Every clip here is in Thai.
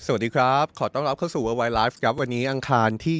สวัสดีครับขอต้อนรับเข้าสู่ Worldwide Life ครับวันนี้อังคารที่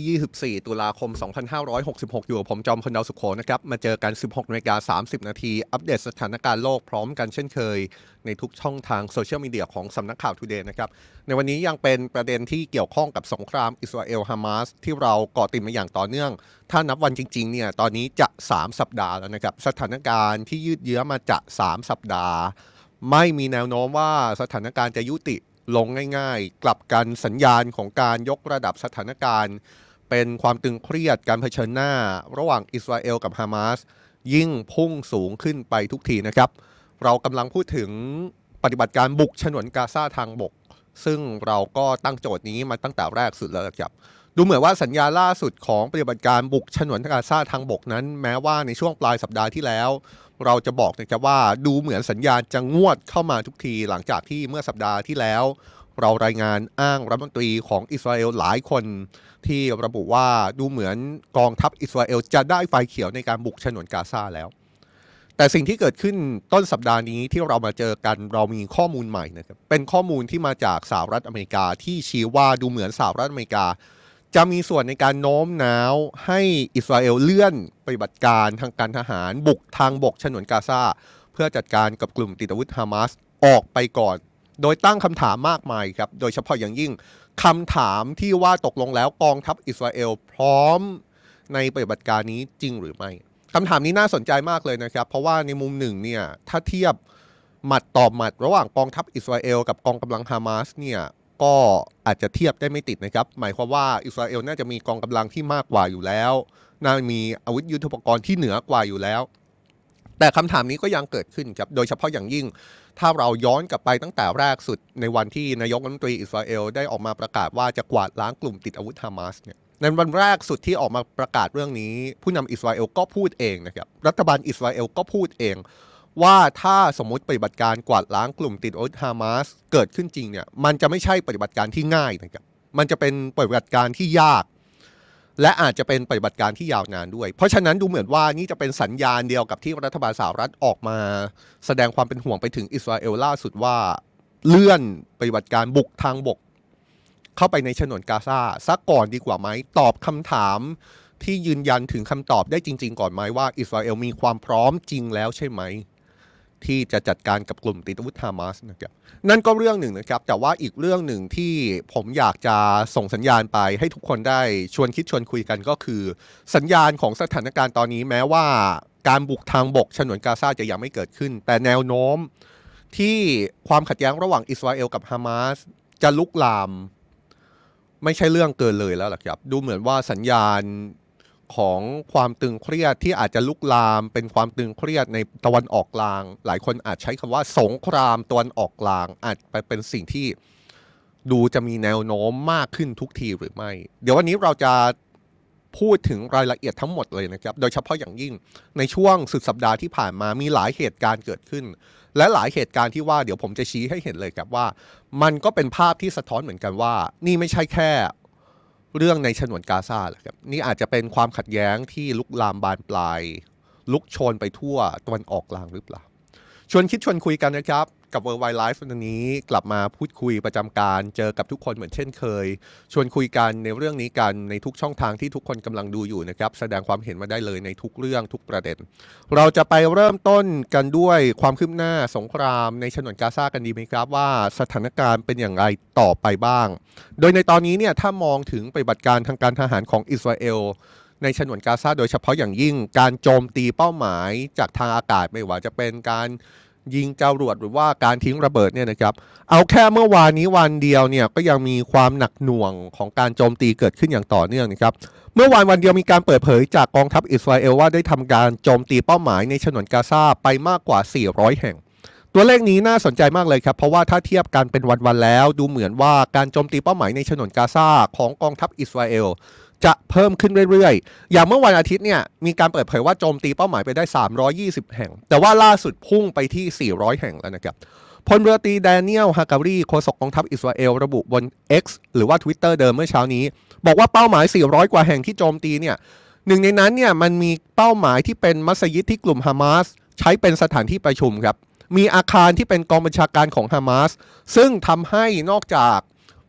24 ตุลาคม 2566 อยู่กับผมจอมพลดาวสุโขนะครับมาเจอกัน 16:30 นาทีอัปเดตสถานการณ์โลกพร้อมกันเช่นเคยในทุกช่องทางโซเชียลมีเดียของสำนักข่าว Today นะครับในวันนี้ยังเป็นประเด็นที่เกี่ยวข้องกับสงครามอิสราเอลฮามาสที่เราเกาะติดมาอย่างต่อเนื่องถ้านับวันจริงๆเนี่ยตอนนี้จะ3สัปดาห์แล้วนะครับสถานการณ์ที่ยืดเยื้อมาจะ3สัปดาห์ไม่มีแนวโน้มว่าสถานการณ์จะยุติลงง่ายๆกลับกันสัญญาณของการยกระดับสถานการณ์เป็นความตึงเครียดการเผชิญหน้าระหว่างอิสราเอลกับฮามาสยิ่งพุ่งสูงขึ้นไปทุกทีนะครับเรากำลังพูดถึงปฏิบัติการบุกฉนวนกาซาทางบกซึ่งเราก็ตั้งโจทย์นี้มาตั้งแต่แรกสุดแล้วครับดูเหมือนว่าสัญญาล่าสุดของปฏิบัติการบุกฉนวนกาซาทางบกนั้นแม้ว่าในช่วงปลายสัปดาห์ที่แล้วเราจะบอกนะครับว่าดูเหมือนสัญญาณจะงวดเข้ามาทุกทีหลังจากที่เมื่อสัปดาห์ที่แล้วเรารายงานอ้างรัฐมนตรีของอิสราเอลหลายคนที่ระบุว่าดูเหมือนกองทัพอิสราเอลจะได้ไฟเขียวในการบุกฉนวนกาซาแล้วแต่สิ่งที่เกิดขึ้นต้นสัปดาห์นี้ที่เรามาเจอกันเรามีข้อมูลใหม่นะครับเป็นข้อมูลที่มาจากสหรัฐอเมริกาที่ชี้ว่าดูเหมือนสหรัฐอเมริกาจะมีส่วนในการโน้มน้าวให้อิสราเอลเลื่อนปฏิบัติการทางการทหารบุกทางบกฉนวนกาซาเพื่อจัดการกับกลุ่มติดอาวุธฮามาสออกไปก่อนโดยตั้งคำถามมากมายครับโดยเฉพาะอย่างยิ่งคำถามที่ว่าตกลงแล้วกองทัพอิสราเอลพร้อมในปฏิบัติการนี้จริงหรือไม่คำถามนี้น่าสนใจมากเลยนะครับเพราะว่าในมุมหนึ่งเนี่ยถ้าเทียบหมัดต่อหมัดระหว่างกองทัพอิสราเอลกับกองกำลังฮามาสเนี่ยก็อาจจะเทียบได้ไม่ติดนะครับหมายความว่าอิสราเอลน่าจะมีกองกำลังที่มากกว่าอยู่แล้วน่ามีอาวุธยุทโธปกรณ์ที่เหนือกว่าอยู่แล้วแต่คำถามนี้ก็ยังเกิดขึ้นครับโดยเฉพาะอย่างยิ่งถ้าเราย้อนกลับไปตั้งแต่แรกสุดในวันที่นายกรัฐมนตรีอิสราเอลได้ออกมาประกาศว่าจะกวาดล้างกลุ่มติดอาวุธฮามาสเนี่ยในวันแรกสุดที่ออกมาประกาศเรื่องนี้ผู้นำอิสราเอลก็พูดเองนะครับรัฐบาลอิสราเอลก็พูดเองว่าถ้าสมมติปฏิบัติการกวาดล้างกลุ่มติดอาวุธฮามาสเกิดขึ้นจริงเนี่ยมันจะไม่ใช่ปฏิบัติการที่ง่ายนะครับมันจะเป็นปฏิบัติการที่ยากและอาจจะเป็นปฏิบัติการที่ยาวนานด้วยเพราะฉะนั้นดูเหมือนว่านี่จะเป็นสัญญาณเดียวกับที่รัฐบาลสหรัฐออกมาแสดงความเป็นห่วงไปถึงอิสราเอลล่าสุดว่าเลื่อนปฏิบัติการบุกทางบกเข้าไปในฉนวนกาซาซะก่อนดีกว่าไหมตอบคำถามที่ยืนยันถึงคำตอบได้จริงๆก่อนไหมว่าอิสราเอลมีความพร้อมจริงแล้วใช่ไหมที่จะจัดการกับกลุ่มติดอาวุธฮามาสนะครับนั่นก็เรื่องหนึ่งนะครับแต่ว่าอีกเรื่องหนึ่งที่ผมอยากจะส่งสัญญาณไปให้ทุกคนได้ชวนคิดชวนคุยกันก็คือสัญญาณของสถานการณ์ตอนนี้แม้ว่าการบุกทางบกฉนวนกาซาจะยังไม่เกิดขึ้นแต่แนวโน้มที่ความขัดแย้งระหว่างอิสราเอลกับฮามาสจะลุกลามไม่ใช่เรื่องเกินเลยแล้วล่ะครับดูเหมือนว่าสัญญาณของความตึงเครียดที่อาจจะลุกลามเป็นความตึงเครียดในตะวันออกกลางหลายคนอาจใช้คำว่าสงครามตะวันออกกลางอาจไปเป็นสิ่งที่ดูจะมีแนวโน้มมากขึ้นทุกทีหรือไม่เดี๋ยววันนี้เราจะพูดถึงรายละเอียดทั้งหมดเลยนะครับโดยเฉพาะอย่างยิ่งในช่วงสุดสัปดาห์ที่ผ่านมามีหลายเหตุการณ์เกิดขึ้นและหลายเหตุการณ์ที่ว่าเดี๋ยวผมจะชี้ให้เห็นเลยครับว่ามันก็เป็นภาพที่สะท้อนเหมือนกันว่านี่ไม่ใช่แค่เรื่องในฉนวนกาซาแหละครับนี่อาจจะเป็นความขัดแย้งที่ลุกลามบานปลายลุกโชนไปทั่วตะวันออกกลางหรือเปล่าชวนคิดชวนคุยกันนะครับกับ Worldwide Life วันนี้กลับมาพูดคุยประจำการเจอกับทุกคนเหมือนเช่นเคยชวนคุยกันในเรื่องนี้กันในทุกช่องทางที่ทุกคนกำลังดูอยู่นะครับแสดงความเห็นมาได้เลยในทุกเรื่องทุกประเด็นเราจะไปเริ่มต้นกันด้วยความคืบหน้าสงครามในฉนวนกาซากันดีไหมครับว่าสถานการณ์เป็นอย่างไรต่อไปบ้างโดยในตอนนี้เนี่ยถ้ามองถึงปฏิบัติการทางการทหารของอิสราเอลในฉนวนกาซาโดยเฉพาะอย่างยิ่งการโจมตีเป้าหมายจากทางอากาศไม่ว่าจะเป็นการยิงจรวดหรือว่าการทิ้งระเบิดเนี่ยนะครับเอาแค่เมื่อวานนี้วันเดียวเนี่ยก็ยังมีความหนักหน่วงของการโจมตีเกิดขึ้นอย่างต่อเนื่องนะครับเมื่อวันเดียวมีการเปิดเผยจากกองทัพอิสราเอลว่าได้ทำการโจมตีเป้าหมายในฉนวนกาซาไปมากกว่า400แห่งตัวเลขนี้น่าสนใจมากเลยครับเพราะว่าถ้าเทียบกันเป็นวันๆแล้วดูเหมือนว่าการโจมตีเป้าหมายในฉนวนกาซาของกองทัพอิสราเอลจะเพิ่มขึ้นเรื่อยๆอย่างเมื่อวันอาทิตย์เนี่ยมีการเปิดเผยว่าโจมตีเป้าหมายไปได้320แห่งแต่ว่าล่าสุดพุ่งไปที่400แห่งแล้วนะครับพลเรือตรีแดเนียลฮาการีโฆษกกองทัพอิสราเอลระบุบน X หรือว่า Twitter เดิมเมื่อเช้านี้บอกว่าเป้าหมาย400กว่าแห่งที่โจมตีเนี่ยหนึ่งในนั้นเนี่ยมันมีเป้าหมายที่เป็นมัสยิดที่กลุ่มฮามาสใช้เป็นสถานที่ประชุมครับมีอาคารที่เป็นกองบัญชาการของฮามาสซึ่งทำให้นอกจาก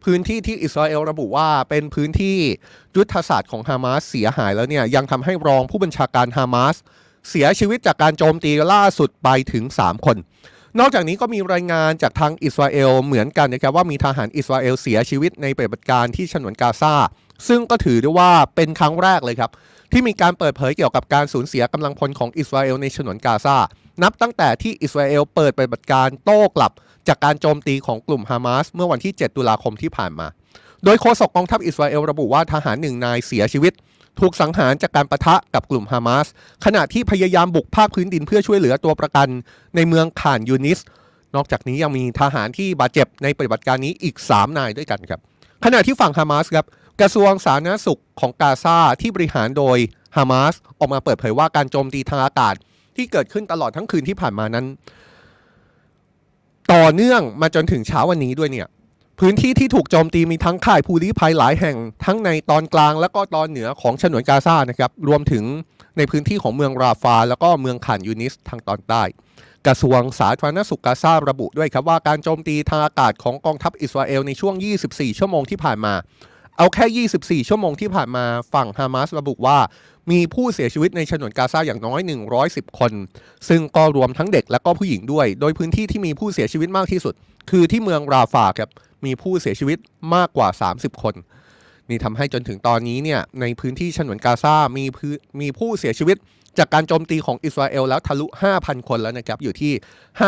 พื้นที่ที่อิสราเอลระบุว่าเป็นพื้นที่ยุทธศาสตร์ของฮามาสเสียหายแล้วเนี่ยยังทำให้รองผู้บัญชาการฮามาสเสียชีวิตจากการโจมตีล่าสุดไปถึง3 คนนอกจากนี้ก็มีรายงานจากทางอิสราเอลเหมือนกันนะครับว่ามีทหารอิสราเอลเสียชีวิตในปฏิบัติการที่ฉนวนกาซาซึ่งก็ถือได้ว่าเป็นครั้งแรกเลยครับที่มีการเปิดเผยเกี่ยวกับการสูญเสียกำลังพลของอิสราเอลในฉนวนกาซานับตั้งแต่ที่อิสราเอลเปิดปฏิบัติการโต้กลับจากการโจมตีของกลุ่มฮามาสเมื่อวันที่7 ตุลาคมที่ผ่านมาโดยโฆษกกองทัพอิสราเอลระบุว่าทหาร1 นายเสียชีวิตถูกสังหารจากการปะทะกับกลุ่มฮามาสขณะที่พยายามบุกภาคพื้นดินเพื่อช่วยเหลือตัวประกันในเมืองข่านยูนิสนอกจากนี้ยังมีทหารที่บาดเจ็บในปฏิบัติการนี้อีก3 นายด้วยกันครับขณะที่ฝั่งฮามาสครับกระทรวงสาธารณสุขของกาซาที่บริหารโดยฮามาสออกมาเปิดเผยว่าการโจมตีทางอากาศที่เกิดขึ้นตลอดทั้งคืนที่ผ่านมานั้นต่อเนื่องมาจนถึงเช้าวันนี้ด้วยเนี่ยพื้นที่ที่ถูกโจมตีมีทั้งข่ายผู้ลี้ภัยหลายแห่งทั้งในตอนกลางและก็ตอนเหนือของฉนวนกาซานะครับรวมถึงในพื้นที่ของเมืองราฟาแล้วก็เมืองข่านยูนิสทางตอนใต้กระทรวงสาธารณสุขกาซาระบุด้วยครับว่าการโจมตีทางอากาศของกองทัพอิสราเอลในช่วง24 ชั่วโมงที่ผ่านมาเอาแค่24 ชั่วโมงที่ผ่านมาฝั่งฮามาสระบุว่ามีผู้เสียชีวิตในฉนวนกาซาอย่างน้อย110 คนซึ่งก็รวมทั้งเด็กและก็ผู้หญิงด้วยโดยพื้นที่ที่มีผู้เสียชีวิตมากที่สุดคือที่เมืองราฟาครับมีผู้เสียชีวิตมากกว่า30 คนนี่ทำให้จนถึงตอนนี้เนี่ยในพื้นที่ฉนวนกาซามีผู้เสียชีวิตจากการโจมตีของอิสราเอลแล้วทะลุ 5,000 คนแล้วนะครับอยู่ที่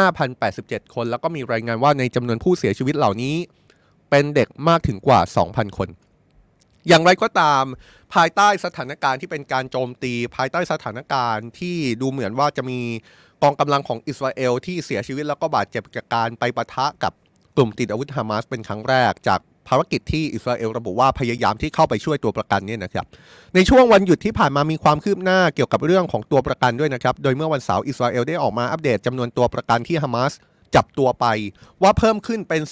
5,087 คนแล้วก็มีรายงานว่าในจำนวนผู้เสียชีวิตเหล่านี้เป็นเด็กมากถึงกว่า 2,000 คนอย่างไรก็ตามภายใต้สถานการณ์ที่เป็นการโจมตีภายใต้สถานการณ์ที่ดูเหมือนว่าจะมีกองกำลังของอิสราเอลที่เสียชีวิตแล้วก็บาดเจ็บจากการไปปะทะกับกลุ่มติดอาวุธฮามาสเป็นครั้งแรกจากภารกิจที่อิสราเอลระบุว่าพยายามที่เข้าไปช่วยตัวประกันเนี่ยนะครับในช่วงวันหยุดที่ผ่านมามีความคืบหน้าเกี่ยวกับเรื่องของตัวประกันด้วยนะครับโดยเมื่อวันเสาร์อิสราเอลได้ออกมาอัปเดตจำนวนตัวประกันที่ฮามาสจับตัวไปว่าเพิ่มขึ้นเป็น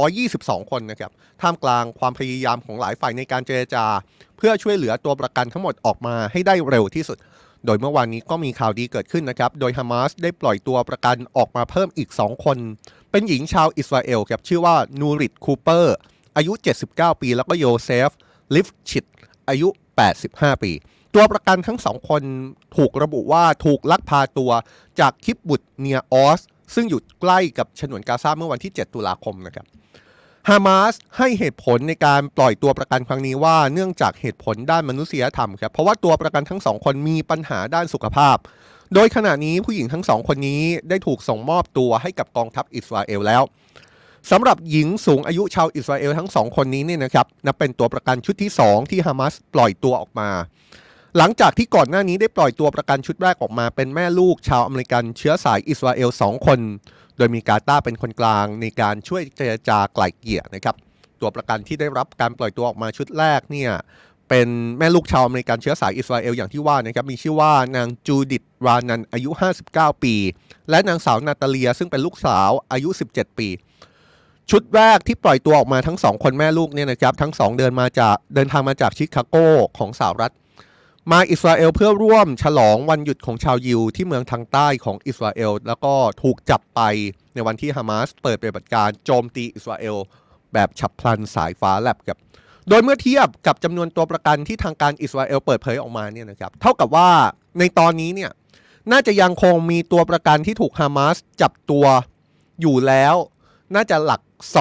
222 คนนะครับท่ามกลางความพยายามของหลายฝ่ายในการเจรจาเพื่อช่วยเหลือตัวประกันทั้งหมดออกมาให้ได้เร็วที่สุดโดยเมื่อวานนี้ก็มีข่าวดีเกิดขึ้นนะครับโดยฮามาสได้ปล่อยตัวประกันออกมาเพิ่มอีก2 คนเป็นหญิงชาวอิสราเอลครับชื่อว่านูริตคูเปอร์อายุ79 ปีแล้วก็โยเซฟลิฟชิดอายุ85 ปีตัวประกันทั้ง2 คนถูกระบุว่าถูกลักพาตัวจากคิบบุตเนียออสซึ่งอยู่ใกล้กับฉนวนกาซาเมื่อวันที่7 ตุลาคมนะครับฮามาสให้เหตุผลในการปล่อยตัวประกันครั้งนี้ว่าเนื่องจากเหตุผลด้านมนุษยธรรมครับเพราะว่าตัวประกันทั้ง2 คนมีปัญหาด้านสุขภาพโดยขณะนี้ผู้หญิงทั้ง2 คนนี้ได้ถูกส่งมอบตัวให้กับกองทัพอิสราเอลแล้วสำหรับหญิงสูงอายุชาวอิสราเอลทั้ง2 คนนี้เนี่ยนะครับนับเป็นตัวประกันชุดที่2ที่ฮามาสปล่อยตัวออกมาหลังจากที่ก่อนหน้านี้ได้ปล่อยตัวประกันชุดแรกออกมาเป็นแม่ลูกชาวอเมริกันเชื้อสายอิสราเอล2 คนโดยมีกาตาร์เป็นคนกลางในการช่วยเจรจาไกล่เกลี่ยนะครับตัวประกันที่ได้รับการปล่อยตัวออกมาชุดแรกเนี่ยเป็นแม่ลูกชาวอเมริกันเชื้อสายอิสราเอลอย่างที่ว่านะครับมีชื่อว่านางจูดิตรานันอายุ59 ปีและนางสาวนาตาเลียซึ่งเป็นลูกสาวอายุ17 ปีชุดแรกที่ปล่อยตัวออกมาทั้ง2 คนแม่ลูกเนี่ยนะครับทั้ง2เดินทางมาจากชิคาโกของสหรัฐมาอิสราเอลเพื่อร่วมฉลองวันหยุดของชาวยิวที่เมืองทางใต้ของอิสราเอลแล้วก็ถูกจับไปในวันที่ฮามาสเปิดปฏิบัติการโจมตีอิสราเอลแบบฉับพลันสายฟ้าแลบครับโดยเมื่อเทียบกับจำนวนตัวประกันที่ทางการอิสราเอลเปิดเผยออกมาเนี่ยนะครับเท่ากับว่าในตอนนี้เนี่ยน่าจะยังคงมีตัวประกันที่ถูกฮามาสจับตัวอยู่แล้วน่าจะหลัก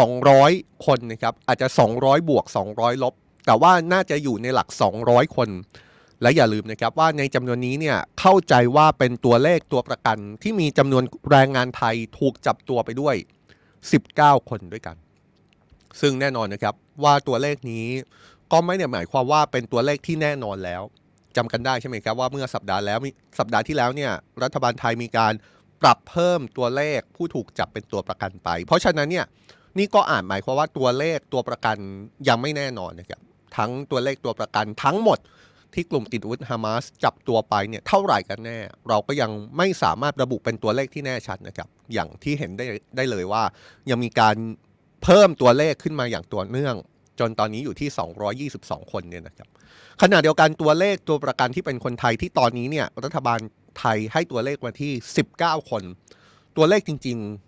200 คนนะครับอาจจะ200 บวก200 ลบแต่ว่าน่าจะอยู่ในหลัก200 คนและอย่าลืมนะครับว่าในจำนวนนี้เนี่ยเข้าใจว่าเป็นตัวเลขตัวประกันที่มีจำนวนแรงงานไทยถูกจับตัวไปด้วย19 คนด้วยกันซึ่งแน่นอนนะครับว่าตัวเลขนี้ก็ไม่ได้หมายความว่าเป็นตัวเลขที่แน่นอนแล้วจำกันได้ใช่ไหมครับว่าเมื่อสัปดาห์ที่แล้วเนี่ยรัฐบาลไทยมีการปรับเพิ่มตัวเลขผู้ถูกจับเป็นตัวประกันไปเพราะฉะนั้นเนี่ยนี่ก็หมายความว่าตัวเลขตัวประกันยังไม่แน่นอนนะครับทั้งตัวเลขตัวประกันทั้งหมดที่กลุ่มติดอาวุธฮามาสจับตัวไปเนี่ยเท่าไหร่กันแน่เราก็ยังไม่สามารถระบุเป็นตัวเลขที่แน่ชัดนะครับอย่างที่เห็นได้เลยว่ายังมีการเพิ่มตัวเลขขึ้นมาอย่างต่อเนื่องจนตอนนี้อยู่ที่222 คนเนี่ยนะครับขณะเดียวกันตัวเลขตัวประกันที่เป็นคนไทยที่ตอนนี้เนี่ยรัฐบาลไทยให้ตัวเลขมาที่19 คนตัวเลขจริง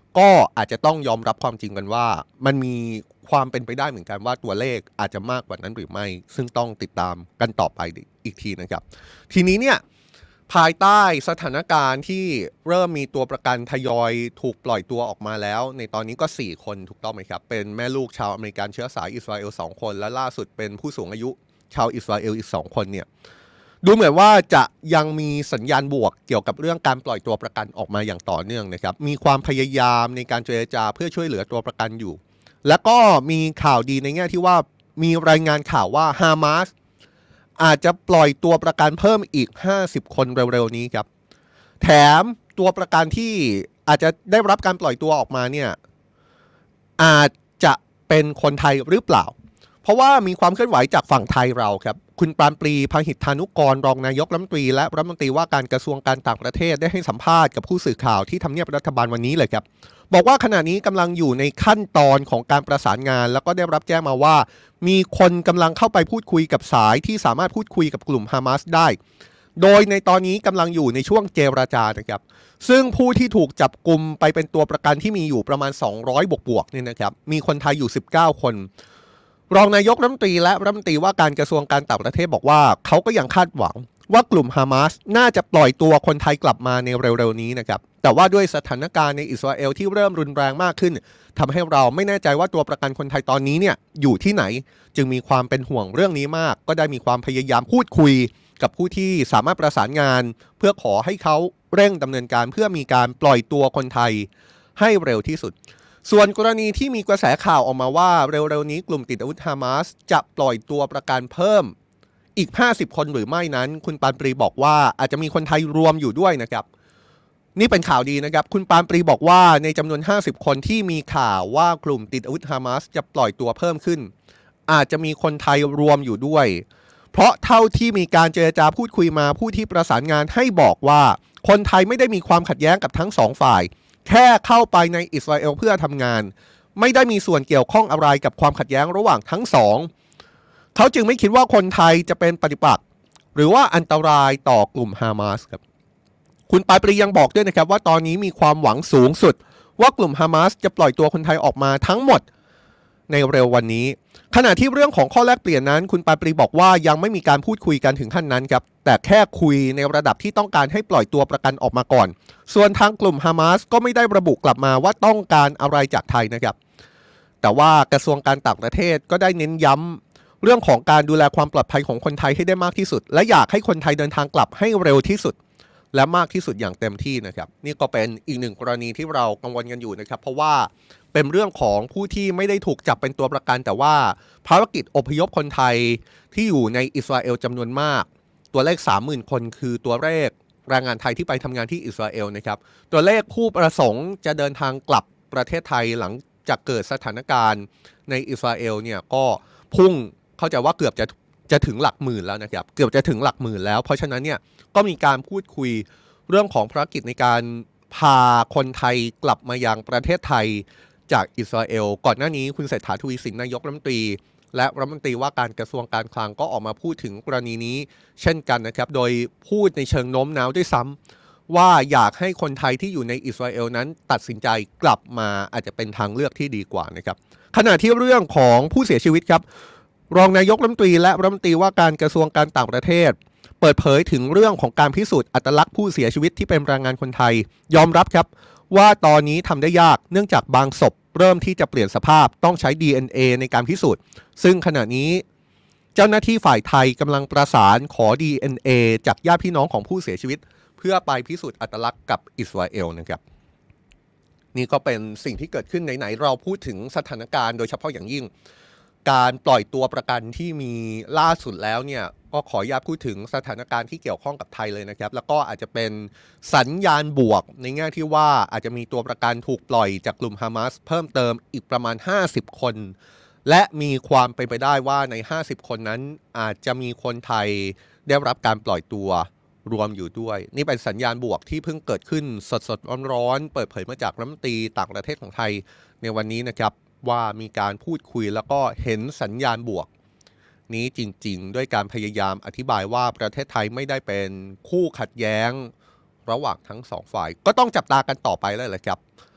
ก็อาจจะต้องยอมรับความจริงกันว่ามันมีความเป็นไปได้เหมือนกันว่าตัวเลขอาจจะมากกว่านั้นหรือไม่ซึ่งต้องติดตามกันต่อไปอีกทีนะครับทีนี้เนี่ยภายใต้สถานการณ์ที่เริ่มมีตัวประกันทยอยถูกปล่อยตัวออกมาแล้วในตอนนี้ก็4คนถูกต้องไหมครับเป็นแม่ลูกชาวอเมริกันเชื้อสายอิสราเอล2คนและล่าสุดเป็นผู้สูงอายุชาวอิสราเอลอีก2คนเนี่ยดูเหมือนว่าจะยังมีสัญญาณบวกเกี่ยวกับเรื่องการปล่อยตัวประกันออกมาอย่างต่อเนื่องนะครับมีความพยายามในการเจรจาเพื่อช่วยเหลือตัวประกันอยู่แล้วก็มีข่าวดีในแง่ที่ว่ามีรายงานข่าวว่าฮามาสอาจจะปล่อยตัวประกันเพิ่มอีก50คนเร็วๆนี้ครับแถมตัวประกันที่อาจจะได้รับการปล่อยตัวออกมาเนี่ยอาจจะเป็นคนไทยหรือเปล่าเพราะว่ามีความเคลื่อนไหวจากฝั่งไทยเราครับคุณปราณปรีพาหิทธานุกรรองนายกรัฐมนตรีและรัฐมนตรีว่าการกระทรวงการต่างประเทศได้ให้สัมภาษณ์กับผู้สื่อข่าวที่ทำเนียบรัฐบาลวันนี้เลยครับบอกว่าขณะนี้กำลังอยู่ในขั้นตอนของการประสานงานแล้วก็ได้รับแจ้งมาว่ามีคนกำลังเข้าไปพูดคุยกับสายที่สามารถพูดคุยกับกลุ่มฮามาสได้โดยในตอนนี้กำลังอยู่ในช่วงเจรจานะครับซึ่งผู้ที่ถูกจับกลุ่มไปเป็นตัวประกันที่มีอยู่ประมาณ200บวกๆเนี่ยนะครับมีคนไทยอยู่19คนรองนายกรัฐมนตรีและรัฐมนตรีว่าการกระทรวงการต่างประเทศบอกว่าเขาก็ยังคาดหวังว่ากลุ่มฮามาสน่าจะปล่อยตัวคนไทยกลับมาในเร็วๆนี้นะครับแต่ว่าด้วยสถานการณ์ในอิสราเอลที่เริ่มรุนแรงมากขึ้นทำให้เราไม่แน่ใจว่าตัวประกันคนไทยตอนนี้เนี่ยอยู่ที่ไหนจึงมีความเป็นห่วงเรื่องนี้มากก็ได้มีความพยายามพูดคุยกับผู้ที่สามารถประสานงานเพื่อขอให้เขาเร่งดำเนินการเพื่อมีการปล่อยตัวคนไทยให้เร็วที่สุดส่วนกรณีที่มีกระแสข่าวออกมาว่าเร็วๆนี้กลุ่มติดอาวุธฮามาสจะปล่อยตัวประกันเพิ่มอีก50คนหรือไม่นั้นคุณปานปรีบอกว่าอาจจะมีคนไทยรวมอยู่ด้วยนะครับนี่เป็นข่าวดีนะครับคุณปานปรีบอกว่าในจำนวน50คนที่มีข่าวว่ากลุ่มติดอาวุธฮามาสจะปล่อยตัวเพิ่มขึ้นอาจจะมีคนไทยรวมอยู่ด้วยเพราะเท่าที่มีการเจรจาพูดคุยมาผู้ที่ประสานงานให้บอกว่าคนไทยไม่ได้มีความขัดแย้งกับทั้งสองฝ่ายแค่เข้าไปในอิสราเอลเพื่อทำงานไม่ได้มีส่วนเกี่ยวข้องอะไรกับความขัดแย้งระหว่างทั้งสองเขาจึงไม่คิดว่าคนไทยจะเป็นปฏิปักษ์หรือว่าอันตรายต่อกลุ่มฮามาสครับคุณปายปรียังบอกด้วยนะครับว่าตอนนี้มีความหวังสูงสุดว่ากลุ่มฮามาสจะปล่อยตัวคนไทยออกมาทั้งหมดในเร็ววันนี้ขณะที่เรื่องของข้อแลกเปลี่ยนนั้นคุณปายปรีบอกว่ายังไม่มีการพูดคุยกันถึงขั้นนั้นครับแต่แค่คุยในระดับที่ต้องการให้ปล่อยตัวประกันออกมาก่อนส่วนทางกลุ่มฮามาสก็ไม่ได้ระบุกลับมาว่าต้องการอะไรจากไทยนะครับแต่ว่ากระทรวงการต่างประเทศก็ได้เน้นย้ำเรื่องของการดูแลความปลอดภัยของคนไทยให้ได้มากที่สุดและอยากให้คนไทยเดินทางกลับให้เร็วที่สุดและมากที่สุดอย่างเต็มที่นะครับนี่ก็เป็นอีกหนึ่งกรณีที่เรากังวลกันอยู่นะครับเพราะว่าเป็นเรื่องของผู้ที่ไม่ได้ถูกจับเป็นตัวประกันแต่ว่าภารกิจอพยพคนไทยที่อยู่ในอิสราเอลจำนวนมากตัวเลข 30,000 คนคือตัวเลขแรงงานไทยที่ไปทำงานที่อิสราเอลนะครับตัวเลขผู้ประสงค์จะเดินทางกลับประเทศไทยหลังจากเกิดสถานการณ์ในอิสราเอลเนี่ยก็พุ่งเข้าใจว่าเกือบจะถึงหลักหมื่นแล้วนะครับเกือบจะถึงหลักหมื่นแล้วเพราะฉะนั้นเนี่ยก็มีการพูดคุยเรื่องของภารกิจในการพาคนไทยกลับมายังประเทศไทยจากอิสราเอลก่อนหน้านี้คุณเศรษฐาทวีสินนายกรัฐมนตรีและรัฐมนตรีว่าการกระทรวงการคลังก็ออกมาพูดถึงกรณีนี้เช่นกันนะครับโดยพูดในเชิงโน้มน้าวด้วยซ้ำว่าอยากให้คนไทยที่อยู่ในอิสราเอลนั้นตัดสินใจกลับมาอาจจะเป็นทางเลือกที่ดีกว่านะครับขณะที่เรื่องของผู้เสียชีวิตครับรองนายกรัฐมนตรีและรัฐมนตรีว่าการกระทรวงการต่างประเทศเปิดเผยถึงเรื่องของการพิสูจน์อัตลักษณ์ผู้เสียชีวิตที่เป็นแรงงานคนไทยยอมรับครับว่าตอนนี้ทำได้ยากเนื่องจากบางศพเริ่มที่จะเปลี่ยนสภาพต้องใช้ DNA ในการพิสูจน์ซึ่งขณะนี้เจ้าหน้าที่ฝ่ายไทยกำลังประสานขอ DNA จากญาติพี่น้องของผู้เสียชีวิตเพื่อไปพิสูจน์อัตลักษณ์กับอิสราเอลนะครับนี่ก็เป็นสิ่งที่เกิดขึ้นไหนๆเราพูดถึงสถานการณ์โดยเฉพาะอย่างยิ่งการปล่อยตัวประกันที่มีล่าสุดแล้วเนี่ยก็ขออนุญาตพูดถึงสถานการณ์ที่เกี่ยวข้องกับไทยเลยนะครับแล้วก็อาจจะเป็นสัญญาณบวกในแง่ที่ว่าอาจจะมีตัวประกันถูกปล่อยจากกลุ่มฮามาสเพิ่มเติมอีกประมาณ50คนและมีความเป็นไปได้ว่าใน50คนนั้นอาจจะมีคนไทยได้รับการปล่อยตัวรวมอยู่ด้วยนี่เป็นสัญญาณบวกที่เพิ่งเกิดขึ้นสดๆร้อนๆเปิดเผยมาจากรัฐมนตรีต่างประเทศของไทยในวันนี้นะครับว่ามีการพูดคุยแล้วก็เห็นสัญญาณบวกนี้จริงๆด้วยการพยายามอธิบายว่าประเทศไทยไม่ได้เป็นคู่ขัดแย้งระหว่างทั้งสองฝ่ายก็ต้องจับตากันต่อไปแล้วแหละครับ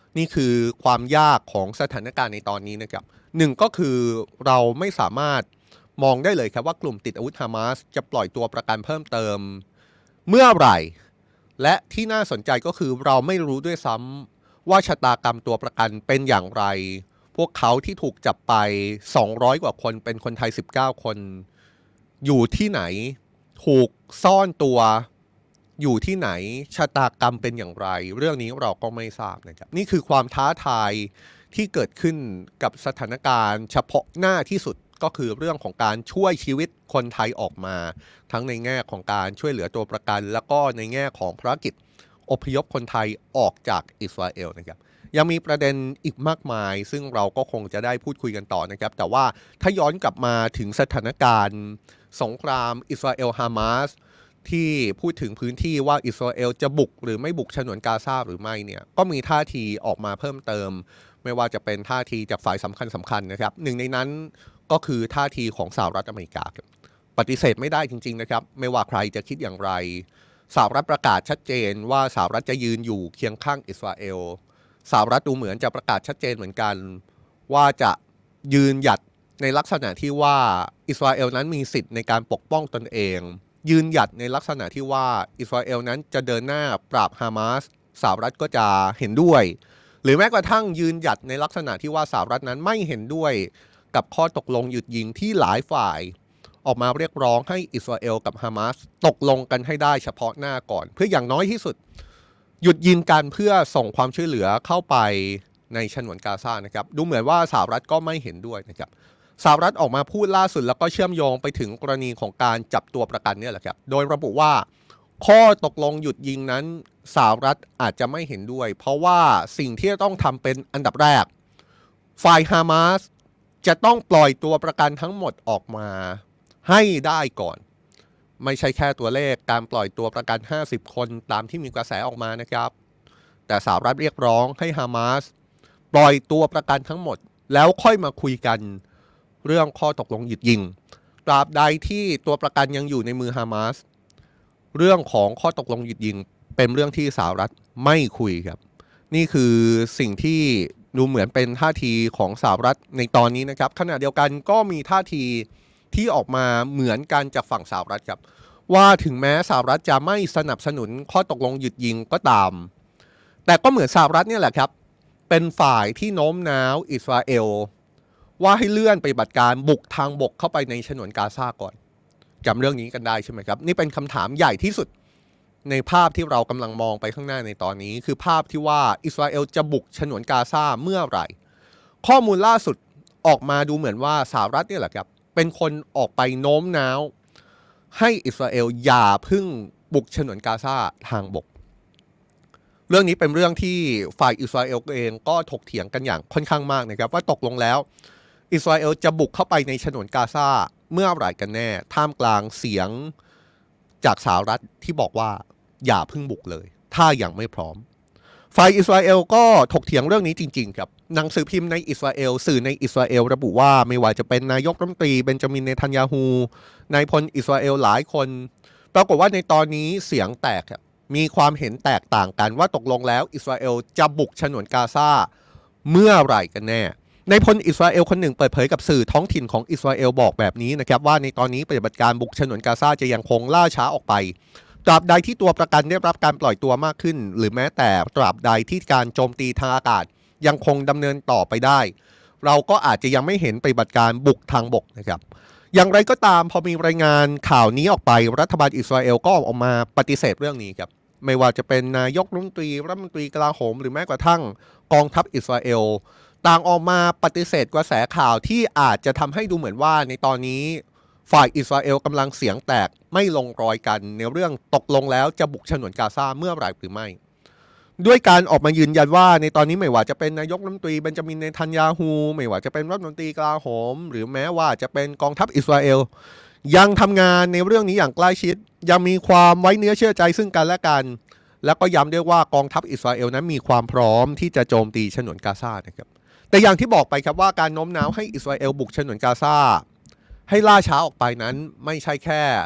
นี่คือความยากของสถานการณ์ในตอนนี้นะครับหนึ่งก็คือเราไม่สามารถมองได้เลยครับว่ากลุ่มติดอาวุธฮามาสจะปล่อยตัวประกันเพิ่มเติมเมื่อไหร่และที่น่าสนใจก็คือเราไม่รู้ด้วยซ้ำว่าชะตากรรมตัวประกันเป็นอย่างไรพวกเขาที่ถูกจับไป200กว่าคนเป็นคนไทย19คนอยู่ที่ไหนถูกซ่อนตัวอยู่ที่ไหนชะตากรรมเป็นอย่างไรเรื่องนี้เราก็ไม่ทราบนะครับนี่คือความท้าทายที่เกิดขึ้นกับสถานการณ์เฉพาะหน้าที่สุดก็คือเรื่องของการช่วยชีวิตคนไทยออกมาทั้งในแง่ของการช่วยเหลือตัวประกันแล้วก็ในแง่ของภารกิจอพยพคนไทยออกจากอิสราเอลนะครับยังมีประเด็นอีกมากมายซึ่งเราก็คงจะได้พูดคุยกันต่อนะครับแต่ว่าถ้าย้อนกลับมาถึงสถานการณ์สงครามอิสราเอลฮามาสที่พูดถึงพื้นที่ว่าอิสราเอลจะบุกหรือไม่บุกฉนวนกาซาหรือไม่เนี่ยก็มีท่าทีออกมาเพิ่มเติมไม่ว่าจะเป็นท่าทีจากฝ่ายสำคัญนะครับหนึ่งในนั้นก็คือท่าทีของสหรัฐอเมริกาปฏิเสธไม่ได้จริงๆนะครับไม่ว่าใครจะคิดอย่างไรสหรัฐประกาศชัดเจนว่าสหรัฐจะยืนอยู่เคียงข้างอิสราเอลสหรัฐดูเหมือนจะประกาศชัดเจนเหมือนกันว่าจะยืนหยัดในลักษณะที่ว่าอิสราเอลนั้นมีสิทธิ์ในการปกป้องตนเองยืนหยัดในลักษณะที่ว่าอิสราเอลนั้นจะเดินหน้าปราบฮามาสสหรัฐก็จะเห็นด้วยหรือแม้กระทั่งยืนหยัดในลักษณะที่ว่าสหรัฐนั้นไม่เห็นด้วยกับข้อตกลงหยุดยิงที่หลายฝ่ายออกมาเรียกร้องให้อิสราเอลกับฮามาสตกลงกันให้ได้เฉพาะหน้าก่อนเพื่ออย่างน้อยที่สุดหยุดยิงกันเพื่อส่งความช่วยเหลือเข้าไปในฉนวนกาซานะครับดูเหมือนว่าสหรัฐก็ไม่เห็นด้วยนะครับสหรัฐออกมาพูดล่าสุดแล้วก็เชื่อมโยงไปถึงกรณีของการจับตัวประกันเนี่ยแหละครับโดยระบุว่าข้อตกลงหยุดยิงนั้นสหรัฐอาจจะไม่เห็นด้วยเพราะว่าสิ่งที่ต้องทำเป็นอันดับแรกฝ่ายฮามาสจะต้องปล่อยตัวประกันทั้งหมดออกมาให้ได้ก่อนไม่ใช่แค่ตัวเลขการปล่อยตัวประกัน50คนตามที่มีกระแสออกมานะครับแต่สหรัฐเรียกร้องให้ฮามาสปล่อยตัวประกันทั้งหมดแล้วค่อยมาคุยกันเรื่องข้อตกลงหยุดยิงตราบใดที่ตัวประกันยังอยู่ในมือฮามาสเรื่องของข้อตกลงหยุดยิงเป็นเรื่องที่สหรัฐไม่คุยครับนี่คือสิ่งที่ดูเหมือนเป็นท่าทีของสหรัฐในตอนนี้นะครับขณะเดียวกันก็มีท่าทีที่ออกมาเหมือนกันจากฝั่งสหรัฐครับว่าถึงแม้สหรัฐจะไม่สนับสนุนข้อตกลงหยุดยิงก็ตามแต่ก็เหมือนสหรัฐเนี่ยแหละครับเป็นฝ่ายที่โน้มน้าวอิสราเอลว่าให้เลื่อนปฏิบัติการบุกทางบกเข้าไปในฉนวนกาซาก่อนจำเรื่องนี้กันได้ใช่ไหมครับนี่เป็นคำถามใหญ่ที่สุดในภาพที่เรากำลังมองไปข้างหน้าในตอนนี้คือภาพที่ว่าอิสราเอลจะบุกฉนวนกาซาเมื่อไหร่ข้อมูลล่าสุดออกมาดูเหมือนว่าสหรัฐเนี่ยแหละครับเป็นคนออกไปโน้มน้าวให้อิสราเอลอย่าพึ่งบุกฉนวนกาซาทางบกเรื่องนี้เป็นเรื่องที่ฝ่ายอิสราเอลเองก็ถกเถียงกันอย่างค่อนข้างมากนะครับว่าตกลงแล้วอิสราเอลจะบุกเข้าไปในฉนวนกาซาเมื่อไหร่กันแน่ท่ามกลางเสียงจากสหรัฐที่บอกว่าอย่าพึ่งบุกเลยถ้ายังไม่พร้อมฝ่ายอิสราเอลก็ถกเถียงเรื่องนี้จริงๆครับหนังสือพิมพ์ในอิสราเอลสื่อในอิสราเอลระบุว่าไม่ว่าจะเป็นนายกรัฐมนตรีเบนจามินเนทันยาฮูนายพลอิสราเอลหลายคนปรากฏว่าในตอนนี้เสียงแตกครับมีความเห็นแตกต่างกันว่าตกลงแล้วอิสราเอลจะบุกฉนวนกาซาเมื่อไหร่กันแน่นายพลอิสราเอลคนหนึ่งเปิดเผยกับสื่อท้องถิ่นของอิสราเอลบอกแบบนี้นะครับว่าในตอนนี้ปฏิบัติการบุกฉนวนกาซาจะยังคงล่าช้าออกไปตราบใดที่ตัวประกันได้รับการปล่อยตัวมากขึ้นหรือแม้แต่ตราบใดที่การโจมตีทางอากาศยังคงดำเนินต่อไปได้เราก็อาจจะยังไม่เห็นปฏิบัติการบุกทางบกนะครับอย่างไรก็ตามพอมีรายงานข่าวนี้ออกไปรัฐบาลอิสราเอลก็ออกมาปฏิเสธเรื่องนี้ครับไม่ว่าจะเป็นนายกรัฐมนตรีกลาโหมหรือแม้กระทั่งกองทัพอิสราเอลต่างออกมาปฏิเสธกระแสข่าวที่อาจจะทำให้ดูเหมือนว่าในตอนนี้ฝ่ายอิสราเอลกำลังเสียงแตกไม่ลงรอยกันในเรื่องตกลงแล้วจะบุกฉนวนกาซาเมื่อไหร่หรือไม่ด้วยการออกมายืนยันว่าในตอนนี้ไม่ว่าจะเป็นนายกรัฐมนตรีเบนจามินเนทันยาฮูไม่ว่าจะเป็นรัฐมนตรีกลาโหมหรือแม้ว่าจะเป็นกองทัพอิสราเอลยังทำงานในเรื่องนี้อย่างใกล้ชิดยังมีความไว้เนื้อเชื่อใจซึ่งกันและกันแล้วก็ย้ำด้วยว่ากองทัพอิสราเอลนั้นมีความพร้อมที่จะโจมตีฉนวนกาซานะครับแต่อย่างที่บอกไปครับว่าการโน้มน้าวให้อิสราเอลบุกฉนวนกาซาให้ล่าช้าออกไปนั้นไม่ใช่แค่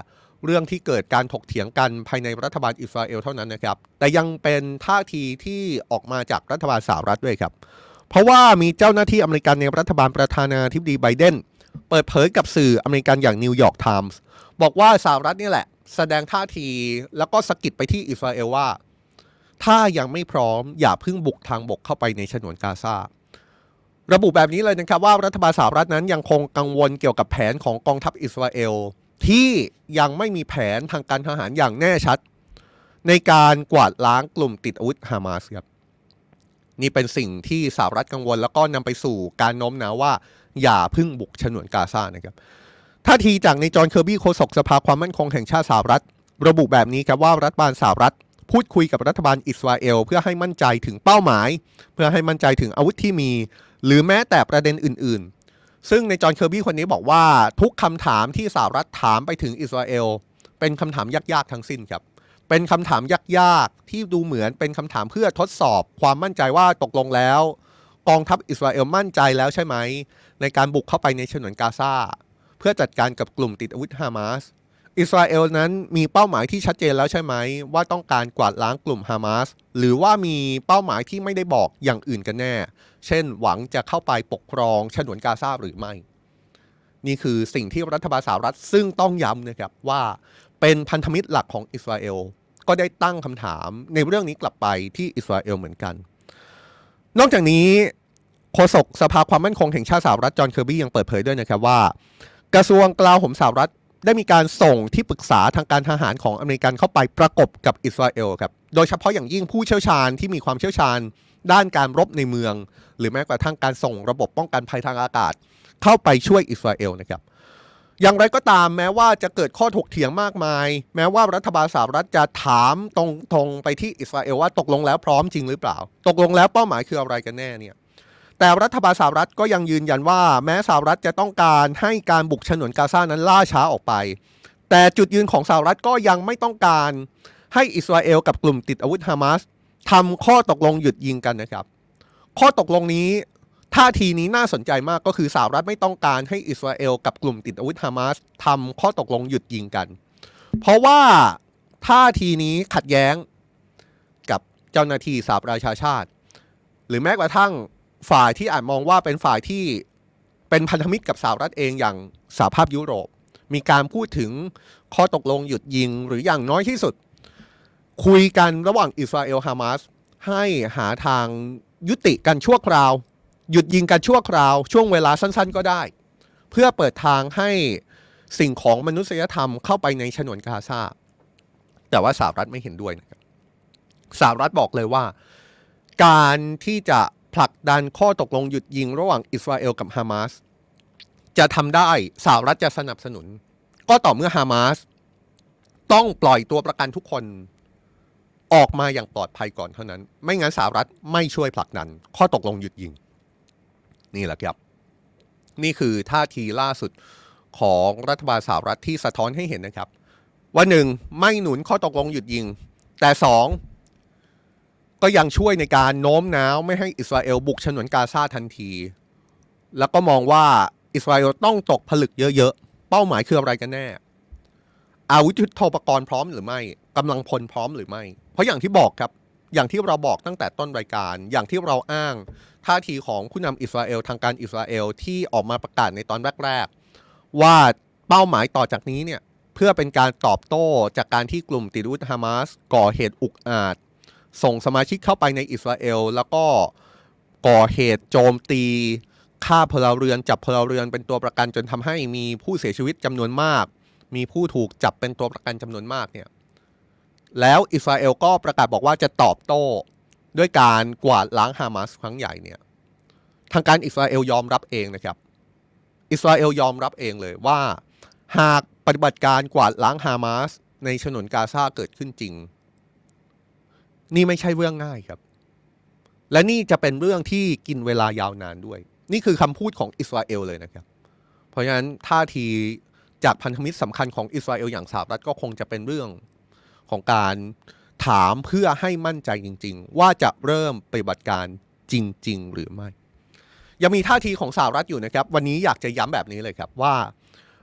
เรื่องที่เกิดการถกเถียงกันภายในรัฐบาลอิสราเอลเท่านั้นนะครับแต่ยังเป็นท่าทีที่ออกมาจากรัฐบาลสหรัฐด้วยครับเพราะว่ามีเจ้าหน้าที่อเมริกันในรัฐบาลประธานาธิบดีไบเดนเปิดเผยกับสื่ออเมริกันอย่างนิวยอร์กไทมส์บอกว่าสหรัฐนี่แหละแสดงท่าทีแล้วก็สะกิดไปที่อิสราเอลว่าถ้ายังไม่พร้อมอย่าเพิ่งบุกทางบกเข้าไปในฉนวนกาซาระบุแบบนี้เลยนะครับว่ารัฐบาลสหรัฐนั้นยังคงกังวลเกี่ยวกับแผนของกองทัพอิสราเอลที่ยังไม่มีแผนทางการทหารอย่างแน่ชัดในการกวาดล้างกลุ่มติดอาวุธฮามาสครับนี่เป็นสิ่งที่สหรัฐกังวลแล้วก็นำไปสู่การโน้มน้าวว่าอย่าพึ่งบุกฉนวนกาซานะครับท่าทีจากในจอห์นเคอร์บี้โฆษกสภาความมั่นคงแห่งชาติสหรัฐระบุแบบนี้ครับว่ารัฐบาลสหรัฐพูดคุยกับรัฐบาลอิสราเอลเพื่อให้มั่นใจถึงเป้าหมายเพื่อให้มั่นใจถึงอาวุธที่มีหรือแม้แต่ประเด็นอื่นๆซึ่งในจอห์นเคอร์บี้คนนี้บอกว่าทุกคำถามที่สหรัฐถามไปถึงอิสราเอลเป็นคำถามยากๆทั้งสิ้นครับเป็นคำถามยากๆที่ดูเหมือนเป็นคำถามเพื่อทดสอบความมั่นใจว่าตกลงแล้วกองทัพอิสราเอลมั่นใจแล้วใช่ไหมในการบุกเข้าไปในฉนวนกาซาเพื่อจัดการกับกลุ่มติดอาวุธฮามาสอิสราเอลนั้นมีเป้าหมายที่ชัดเจนแล้วใช่ไหมว่าต้องการกวาดล้างกลุ่มฮามาสหรือว่ามีเป้าหมายที่ไม่ได้บอกอย่างอื่นกันแน่เช่นหวังจะเข้าไปปกครองฉนวนกาซาหรือไม่นี่คือสิ่งที่รัฐบาลสหรัฐซึ่งต้องย้ำนะครับว่าเป็นพันธมิตรหลักของอิสราเอลก็ได้ตั้งคำถามในเรื่องนี้กลับไปที่อิสราเอลเหมือนกันนอกจากนี้โฆษกสภาความมั่นคงแห่งชาติสหรัฐจอห์นเคอร์บี้ยังเปิดเผยด้วยนะครับว่ากระทรวงกลาโหมสหรัฐได้มีการส่งที่ปรึกษาทางการทหารของอเมริกันเข้าไปประกบกับอิสราเอลครับโดยเฉพาะอย่างยิ่งผู้เชี่ยวชาญที่มีความเชี่ยวชาญด้านการรบในเมืองหรือแม้กระทั่งการส่งระบบป้องกันภัยทางอากาศเข้าไปช่วยอิสราเอลนะครับอย่างไรก็ตามแม้ว่าจะเกิดข้อถกเถียงมากมายแม้ว่ารัฐบาลสหรัฐจะถามตรงๆไปที่อิสราเอลว่าตกลงแล้วพร้อมจริงหรือเปล่าตกลงแล้วเป้าหมายคืออะไรกันแน่เนี่ยแต่รัฐบาลสหรัฐก็ยังยืนยันว่าแม้สหรัฐจะต้องการให้การบุกฉนวนกาซานั้นล่าช้าออกไปแต่จุดยืนของสหรัฐก็ยังไม่ต้องการให้อิสราเอลกับกลุ่มติดอาวุธฮามาสทำข้อตกลงหยุดยิงกันนะครับข้อตกลงนี้ท่าทีนี้น่าสนใจมากก็คือสหรัฐไม่ต้องการให้อิสราเอลกับกลุ่มติดอาวุธฮามาสทำข้อตกลงหยุดยิงกันเพราะว่าท่าทีนี้ขัดแย้งกับเจ้าหน้าที่สหประชาชาติหรือแม้กระทั่งฝ่ายที่อาจมองว่าเป็นฝ่ายที่เป็นพันธมิตรกับสหรัฐเองอย่างสหภาพยุโรปมีการพูดถึงข้อตกลงหยุดยิงหรืออย่างน้อยที่สุดคุยกันระหว่างอิสราเอลฮามาสให้หาทางยุติกันชั่วคราวหยุดยิงกันชั่วคราวช่วงเวลาสั้นๆก็ได้เพื่อเปิดทางให้สิ่งของมนุษยธรรมเข้าไปในฉนวนกาซาแต่ว่าสหรัฐไม่เห็นด้วยนะครับสหรัฐบอกเลยว่าการที่จะผลักดันข้อตกลงหยุดยิงระหว่างอิสราเอลกับฮามาสจะทำได้สหรัฐจะสนับสนุนก็ต่อเมื่อฮามาสต้องปล่อยตัวประกันทุกคนออกมาอย่างปลอดภัยก่อนเท่านั้นไม่งั้นสหรัฐไม่ช่วยผลักดันข้อตกลงหยุดยิงนี่แหละครับนี่คือท่าทีล่าสุดของรัฐบาลสหรัฐที่สะท้อนให้เห็นนะครับว่าหนึ่งไม่หนุนข้อตกลงหยุดยิงแต่สองก็ยังช่วยในการโน้มน้าวไม่ให้อิสราเอลบุกฉนวนกาซาทันทีแล้วก็มองว่าอิสราเอลต้องตกผลึกเยอะๆเป้าหมายคืออะไรกันแน่อาวุธยุทโธปกรณ์พร้อมหรือไม่กำลังพลพร้อมหรือไม่เพราะอย่างที่บอกครับอย่างที่เราบอกตั้งแต่ต้นรายการอย่างที่เราอ้างท่าทีของผู้นำอิสราเอลทางการอิสราเอลที่ออกมาประกาศในตอนแรกๆว่าเป้าหมายต่อจากนี้เนี่ยเพื่อเป็นการตอบโต้จากการที่กลุ่มติดอาวุธฮามาสก่อเหตุอุกอาจส่งสมาชิกเข้าไปในอิสราเอลแล้วก็ก่อเหตุโจมตีฆ่าพลเรือนจับพลเรือนเป็นตัวประกันจนทำให้มีผู้เสียชีวิตจำนวนมากมีผู้ถูกจับเป็นตัวประกันจำนวนมากเนี่ยแล้วอิสราเอลก็ประกาศบอกว่าจะตอบโต้ด้วยการกวาดล้างฮามาสครั้งใหญ่เนี่ยทางการอิสราเอลยอมรับเองนะครับอิสราเอลยอมรับเองเลยว่าหากปฏิบัติการกวาดล้างฮามาสในฉนวนกาซาเกิดขึ้นจริงนี่ไม่ใช่เรื่องง่ายครับและนี่จะเป็นเรื่องที่กินเวลายาวนานด้วยนี่คือคำพูดของอิสราเอลเลยนะครับเพราะฉะนั้นท่าทีจากพันธมิตรสำคัญของอิสราเอลอย่างสหรัฐก็คงจะเป็นเรื่องของการถามเพื่อให้มั่นใจจริงๆว่าจะเริ่มปฏิบัติการจริงๆหรือไม่ยังมีท่าทีของสหรัฐอยู่นะครับวันนี้อยากจะย้ำแบบนี้เลยครับว่า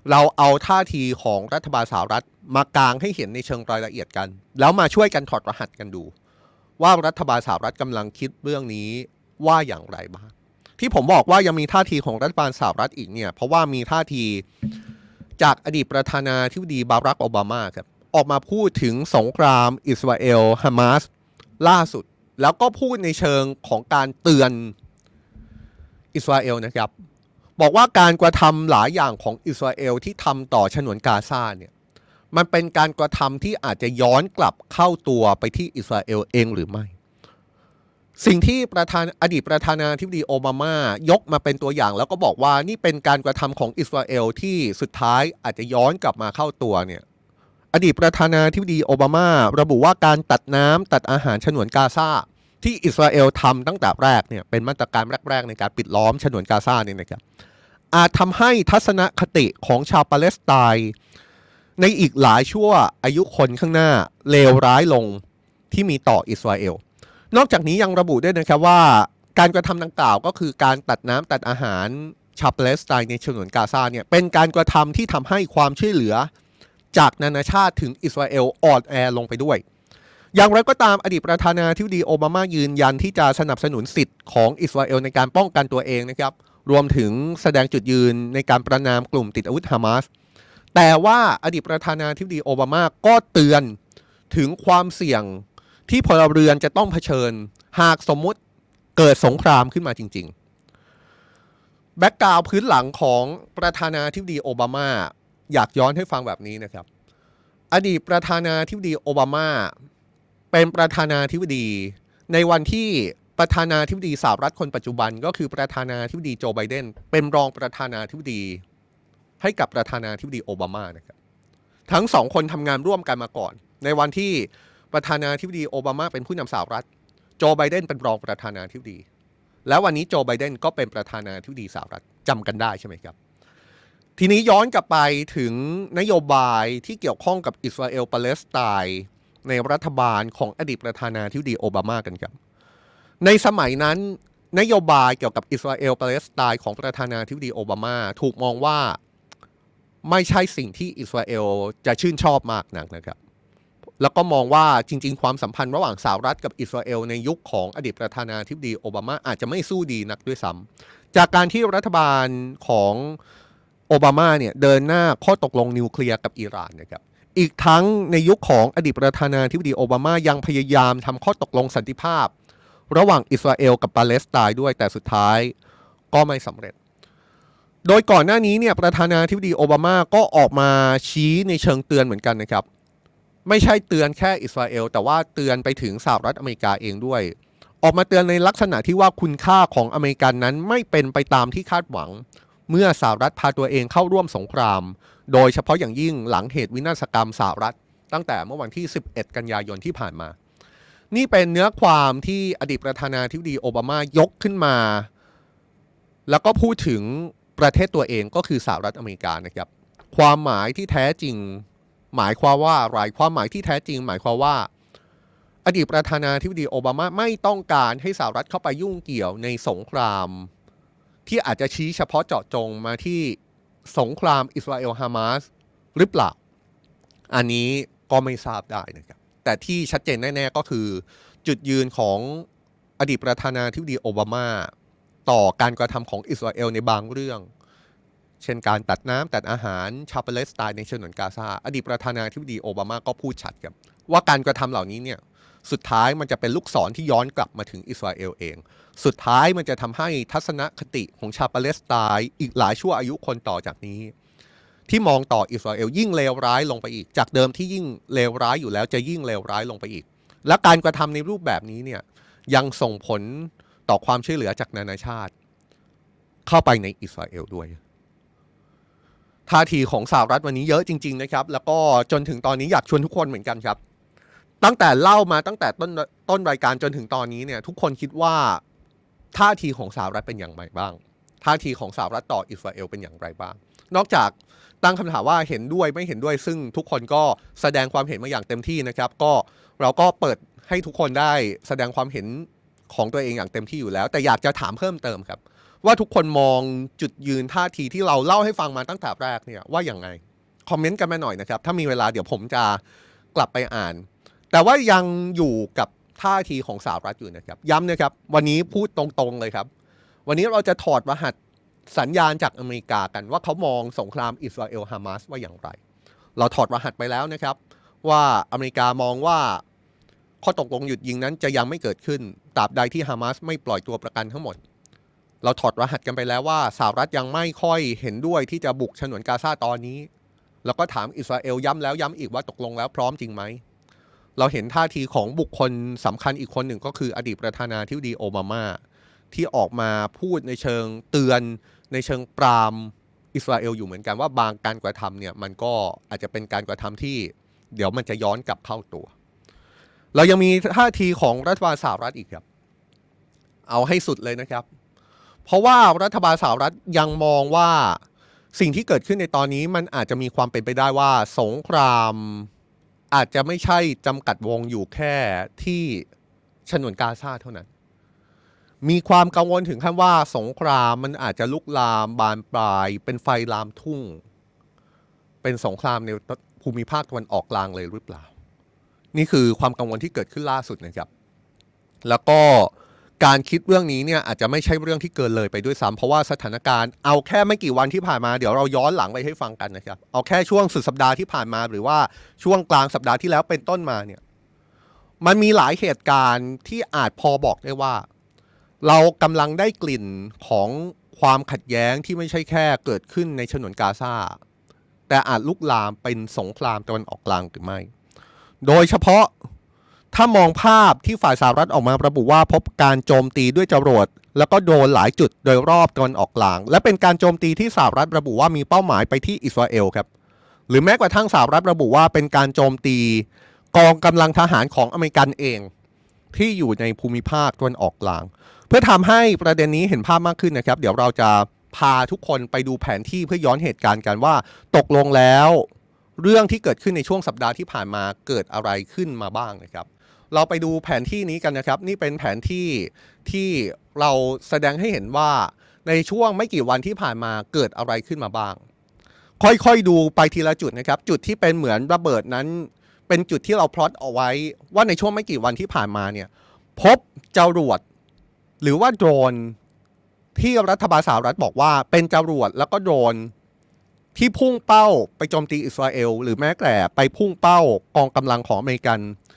เราเอาท่าทีของรัฐบาลสหรัฐมากางให้เห็นในเชิงรายละเอียดกันแล้วมาช่วยกันถอดรหัสกันดูว่ารัฐบาลสหรัฐกำลังคิดเรื่องนี้ว่าอย่างไรบ้างที่ผมบอกว่ายังมีท่าทีของรัฐบาลสหรัฐอีกเนี่ยเพราะว่ามีท่าทีจากอดีตประธานาธิบดีบารักโอบามาครับออกมาพูดถึงสงครามอิสราเอลฮามาสล่าสุดแล้วก็พูดในเชิงของการเตือนอิสราเอลนะครับบอกว่าการกระทำหลายอย่างของอิสราเอลที่ทำต่อฉนวนกาซาเนี่ยมันเป็นการกระทำที่อาจจะย้อนกลับเข้าตัวไปที่อิสราเอลเองหรือไม่สิ่งที่อดีตประธานาธิบดีโอบามายกมาเป็นตัวอย่างแล้วก็บอกว่านี่เป็นการกระทำของอิสราเอลที่สุดท้ายอาจจะย้อนกลับมาเข้าตัวเนี่ยอดีตประธานาธิบดีโอบามาระบุว่าการตัดน้ำตัดอาหารฉนวนกาซาที่อิสราเอลทำตั้งแต่แรกเนี่ยเป็นมาตรการแรกๆในการปิดล้อมฉนวนกาซาเนี่ยนะครับอาจทำให้ทัศนคติของชาวปาเลสไตน์ในอีกหลายชั่วอายุคนข้างหน้าเลวร้ายลงที่มีต่ออิสราเอลนอกจากนี้ยังระบุด้วยนะครับว่าการกระทำดังกล่าวก็คือการตัดน้ำตัดอาหารชาวปาเลสไตน์ในฉนวนกาซาเนี่ยเป็นการกระทำที่ทำให้ความช่วยเหลือจากนานาชาติถึงอิสราเอลอ่อนแอลงไปด้วยอย่างไรก็ตามอดีตประธานาธิบดีโอบามายืนยันที่จะสนับสนุนสิทธิ์ของอิสราเอลในการป้องกันตัวเองนะครับรวมถึงแสดงจุดยืนในการประณามกลุ่มติดอาวุธฮามาสแต่ว่าอดีตประธานาธิบดีโอบามาก็เตือนถึงความเสี่ยงที่พลเรือนจะต้องเผชิญหากสมมุติเกิดสงครามขึ้นมาจริงๆแบ็กกราวด์พื้นหลังของประธานาธิบดีโอบามาอยากย้อนให้ฟังแบบนี้นะครับอดีตประธานาธิบดีโอบามาเป็นประธานาธิบดีในวันที่ประธานาธิบดีสหรัฐคนปัจจุบันก็คือประธานาธิบดีโจไบเดนเป็นรองประธานาธิบดีให้กับประธานาธิบดีโอบามานะครับทั้งสองคนทำงานร่วมกันมาก่อนในวันที่ประธานาธิบดีโอบามาเป็นผู้นำสหรัฐโจไบเดนเป็นรองประธานาธิบดีแล้ววันนี้โจไบเดนก็เป็นประธานาธิบดีสหรัฐจำกันได้ใช่ไหมครับทีนี้ย้อนกลับไปถึงนโยบายที่เกี่ยวข้องกับอิสราเอลปาเลสไตน์ในรัฐบาลของอดีตประธานาธิบดีโอบามากันครับในสมัยนั้นนโยบายเกี่ยวกับอิสราเอลปาเลสไตน์ของประธานาธิบดีโอบามาถูกมองว่าไม่ใช่สิ่งที่อิสราเอลจะชื่นชอบมากนักนะครับแล้วก็มองว่าจริงๆความสัมพันธ์ระหว่างสหรัฐกับอิสราเอลในยุคของอดีตประธานาธิบดีโอบามาอาจจะไม่สู้ดีนักด้วยซ้ำจากการที่รัฐบาลของโอบามาเนี่ยเดินหน้าข้อตกลงนิวเคลียร์กับอิหร่านนะครับอีกทั้งในยุคของอดีตประธานาธิบดีโอบามายังพยายามทำข้อตกลงสันติภาพระหว่างอิสราเอลกับปาเลสไตน์ด้วยแต่สุดท้ายก็ไม่สำเร็จโดยก่อนหน้านี้เนี่ยประธานาธิบดีโอบามาก็ออกมาชี้ในเชิงเตือนเหมือนกันนะครับไม่ใช่เตือนแค่อิสราเอลแต่ว่าเตือนไปถึงสหรัฐอเมริกาเองด้วยออกมาเตือนในลักษณะที่ว่าคุณค่าของอเมริกันนั้นไม่เป็นไปตามที่คาดหวังเมื่อสหรัฐพาตัวเองเข้าร่วมสงครามโดยเฉพาะอย่างยิ่งหลังเหตุวินาศกรรมสหรัฐตั้งแต่เมื่อวันที่11กันยายนที่ผ่านมานี่เป็นเนื้อความที่อดีตประธานาธิบดีโอบามายกขึ้นมาแล้วก็พูดถึงประเทศตัวเองก็คือสหรัฐอเมริกานะครับความหมายที่แท้จริงหมายความว่าอะไรความหมายที่แท้จริงหมายความว่าอดีตประธานาธิบดีโอบามาไม่ต้องการให้สหรัฐเข้าไปยุ่งเกี่ยวในสงครามที่อาจจะชี้เฉพาะเจาะจงมาที่สงครามอิสราเอลฮามาสหรือเปล่าอันนี้ก็ไม่ทราบได้นะครับแต่ที่ชัดเจนแน่ๆก็คือจุดยืนของอดีตประธานาธิบดีโอบามาต่อการกระทำของอิสราเอลในบางเรื่องเช่นการตัดน้ำตัดอาหารชาวปาเลสไตน์ในฉนวนกาซาอดีตประธานาธิบดีโอบามาก็พูดชัดครับว่าการกระทำเหล่านี้เนี่ยสุดท้ายมันจะเป็นลูกศรที่ย้อนกลับมาถึงอิสราเอลเองสุดท้ายมันจะทำให้ทัศนคติของชาวปาเลสไตน์อีกหลายชั่วอายุคนต่อจากนี้ที่มองต่ออิสราเอลยิ่งเลวร้ายลงไปอีกจากเดิมที่ยิ่งเลวร้ายอยู่แล้วจะยิ่งเลวร้ายลงไปอีกและการกระทำในรูปแบบนี้เนี่ยยังส่งผลต่อความช่วยเหลือจากนานาชาติเข้าไปในอิสราเอลด้วยท่าทีของสหรัฐวันนี้เยอะจริงๆนะครับแล้วก็จนถึงตอนนี้อยากชวนทุกคนเหมือนกันครับตั้งแต่เล่ามาตั้งแต่ต้นรายการจนถึงตอนนี้เนี่ยทุกคนคิดว่าท่าทีของสหรัฐเป็นอย่างไรบ้างท่าทีของสหรัฐต่ออิสราเอลเป็นอย่างไรบ้างนอกจากตั้งคำถามว่าเห็นด้วยไม่เห็นด้วยซึ่งทุกคนก็แสดงความเห็นมาอย่างเต็มที่นะครับก็เราก็เปิดให้ทุกคนได้แสดงความเห็นของตัวเองอย่างเต็มที่อยู่แล้วแต่อยากจะถามเพิ่มเติมครับว่าทุกคนมองจุดยืนท่าทีที่เราเล่าให้ฟังมาตั้งแต่แรกเนี่ยว่าอย่างไงคอมเมนต์กันมาหน่อยนะครับถ้ามีเวลาเดี๋ยวผมจะกลับไปอ่านแต่ว่ายังอยู่กับท่าทีของสหรัฐอยู่นะครับย้ำนะครับวันนี้พูดตรงๆเลยครับวันนี้เราจะถอดรหัสสัญญาณจากอเมริกากันว่าเขามองสงครามอิสราเอลฮามาสว่าอย่างไรเราถอดรหัสไปแล้วนะครับว่าอเมริกามองว่าข้อตกลงหยุดยิงนั้นจะยังไม่เกิดขึ้นตราบใดที่ฮามาสไม่ปล่อยตัวประกันทั้งหมดเราถอดรหัสกันไปแล้วว่าสหรัฐยังไม่ค่อยเห็นด้วยที่จะบุกฉนวนกาซาตอนนี้แล้วก็ถามอิสราเอลย้ำแล้วย้ำอีกว่าตกลงแล้วพร้อมจริงไหมเราเห็นท่าทีของบุคคลสำคัญอีกคนหนึ่งก็คืออดีตประธานาธิบดีโอบามาที่ออกมาพูดในเชิงเตือนในเชิงปรามอิสราเอลอยู่เหมือนกันว่าบางการกระทำเนี่ยมันก็อาจจะเป็นการกระทำที่เดี๋ยวมันจะย้อนกลับเข้าตัวเรายังมีท่าทีของรัฐบาลสหรัฐอีกครับเอาให้สุดเลยนะครับเพราะว่ารัฐบาลสหรัฐยังมองว่าสิ่งที่เกิดขึ้นในตอนนี้มันอาจจะมีความเป็นไปได้ว่าสงครามอาจจะไม่ใช่จำกัดวงอยู่แค่ที่ฉนวนกาซาเท่านั้นมีความกังวลถึงขั้นว่าสงครามมันอาจจะลุกลามบานปลายเป็นไฟลามทุ่งเป็นสงครามในภูมิภาคตะวันออกกลางเลยหรือเปล่านี่คือความกังวลที่เกิดขึ้นล่าสุดนะครับแล้วก็การคิดเรื่องนี้เนี่ยอาจจะไม่ใช่เรื่องที่เกินเลยไปด้วยซ้ำเพราะว่าสถานการณ์เอาแค่ไม่กี่วันที่ผ่านมาเดี๋ยวเราย้อนหลังไปให้ฟังกันนะครับเอาแค่ช่วงสุดสัปดาห์ที่ผ่านมาหรือว่าช่วงกลางสัปดาห์ที่แล้วเป็นต้นมาเนี่ยมันมีหลายเหตุการณ์ที่อาจพอบอกได้ว่าเรากำลังได้กลิ่นของความขัดแย้งที่ไม่ใช่แค่เกิดขึ้นในฉนวนกาซาแต่อาจลุกลามเป็นสงครามตะวันออกกลางหรือไม่โดยเฉพาะถ้ามองภาพที่ฝ่ายสหรัฐออกมาระบุว่าพบการโจมตีด้วยจรวดแล้วก็โดนหลายจุดโดยรอบตะวันออกกลางและเป็นการโจมตีที่สหรัฐระบุว่ามีเป้าหมายไปที่อิสราเอลครับหรือแม้กระทั่งสหรัฐระบุว่าเป็นการโจมตีกองกำลังทหารของอเมริกันเองที่อยู่ในภูมิภาคตะวันออกกลางเพื่อทำให้ประเด็นนี้เห็นภาพมากขึ้นนะครับเดี๋ยวเราจะพาทุกคนไปดูแผนที่เพื่อย้อนเหตุการณ์กันว่าตกลงแล้วเรื่องที่เกิดขึ้นในช่วงสัปดาห์ที่ผ่านมาเกิดอะไรขึ้นมาบ้างนะครับเราไปดูแผนที่นี้กันนะครับนี่เป็นแผนที่ที่เราแสดงให้เห็นว่าในช่วงไม่กี่วันที่ผ่านมาเกิดอะไรขึ้นมาบ้างค่อยๆดูไปทีละจุดนะครับจุดที่เป็นเหมือนระเบิดนั้นเป็นจุดที่เราพลอตเอาไว้ว่าในช่วงไม่กี่วันที่ผ่านมาเนี่ยพบจรวดหรือว่าโดรนที่รัฐบาลสหรัฐบอกว่าเป็นจรวดแล้วก็โดรนที่พุ่งเป้าไปโจมตีอิสราเอลหรือแม้แต่ไปพุ่งเป้ากองกำลังของอเมริกัน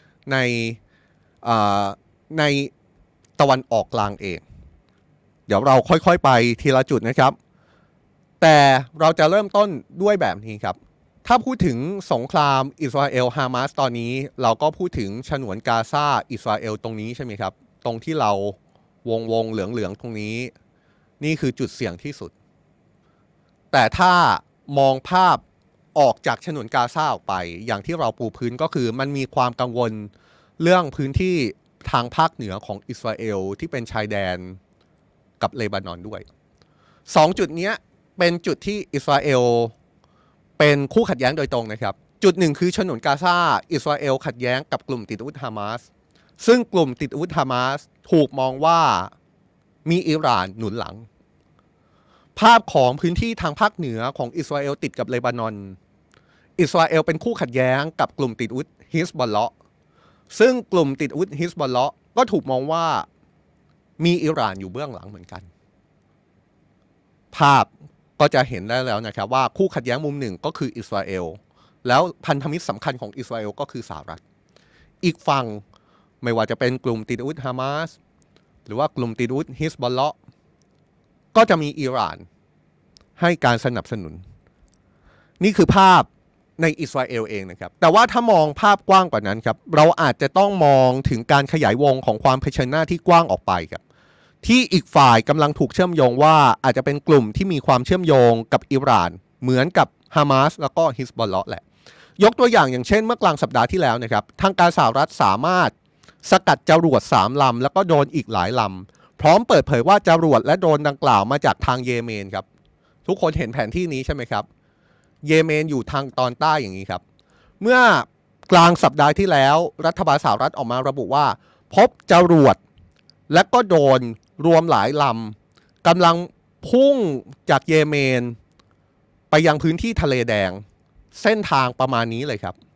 ในตะวันออกกลางเองเดี๋ยวเราค่อยๆไปทีละจุดนะครับแต่เราจะเริ่มต้นด้วยแบบนี้ครับถ้าพูดถึงสงครามอิสราเอลฮามาสตอนนี้เราก็พูดถึงฉนวนกาซาอิสราเอลตรงนี้ใช่ไหมครับตรงที่เราวงเหลืองๆตรงนี้นี่คือจุดเสี่ยงที่สุดแต่ถ้ามองภาพออกจากฉนวนกาซาออกไปอย่างที่เราปูพื้นก็คือมันมีความกังวลเรื่องพื้นที่ทางภาคเหนือของอิสราเอลที่เป็นชายแดนกับเลบานอนด้วย2จุดนี้เป็นจุดที่อิสราเอลเป็นคู่ขัดแย้งโดยตรงนะครับจุดหนึ่งคือฉนวนกาซาอิสราเอลขัดแย้งกับกลุ่มติดอาวุธฮามาสซึ่งกลุ่มติดอาวุธฮามาสถูกมองว่ามีอิหร่านหนุนหลังภาพของพื้นที่ทางภาคเหนือของอิสราเอลติดกับเลบานอนอิสราเอลเป็นคู่ขัดแย้งกับกลุ่มติดอาวุธฮิซบอลเลาะห์ซึ่งกลุ่มติดอาวุธฮิซบอลเลาะห์ก็ถูกมองว่ามีอิหร่านอยู่เบื้องหลังเหมือนกันภาพก็จะเห็นได้แล้วนะครับว่าคู่ขัดแย้งมุมหนึ่งก็คืออิสราเอลแล้วพันธมิตรสำคัญของอิสราเอลก็คือสหรัฐอีกฝั่งไม่ว่าจะเป็นกลุ่มติดอาวุธฮามาสหรือว่ากลุ่มติดอาวุธฮิซบอลเลาะห์ก็จะมีอิหร่านให้การสนับสนุนนี่คือภาพในอิสราเอลเองนะครับแต่ว่าถ้ามองภาพกว้างกว่านั้นครับเราอาจจะต้องมองถึงการขยายวงของความเผชิญหน้าที่กว้างออกไปครับที่อีกฝ่ายกำลังถูกเชื่อมโยงว่าอาจจะเป็นกลุ่มที่มีความเชื่อมโยงกับอิหร่านเหมือนกับฮามาสแล้วก็ฮิซบอลเลาะห์แหละยกตัวอย่างเช่นเมื่อกลางสัปดาห์ที่แล้วนะครับทางการสหรัฐสามารถสกัดจรวด3ลำแล้วก็โดรนอีกหลายลำพร้อมเปิดเผยว่าจรวดและโดรนดังกล่าวมาจากทางเยเมนครับทุกคนเห็นแผนที่นี้ใช่ไหมครับเยเมนอยู่ทางตอนใต้อย่างนี้ครับเมื่อกลางสัปดาห์ที่แล้วรัฐบาลสหรัฐออกมาระบุว่าพบจรวดและก็โดรนรวมหลายลกำลังพุ่งจากเยเมนไปยังพื้นที่ทะเลแดงเส้นทางประมาณนี้เลยครับ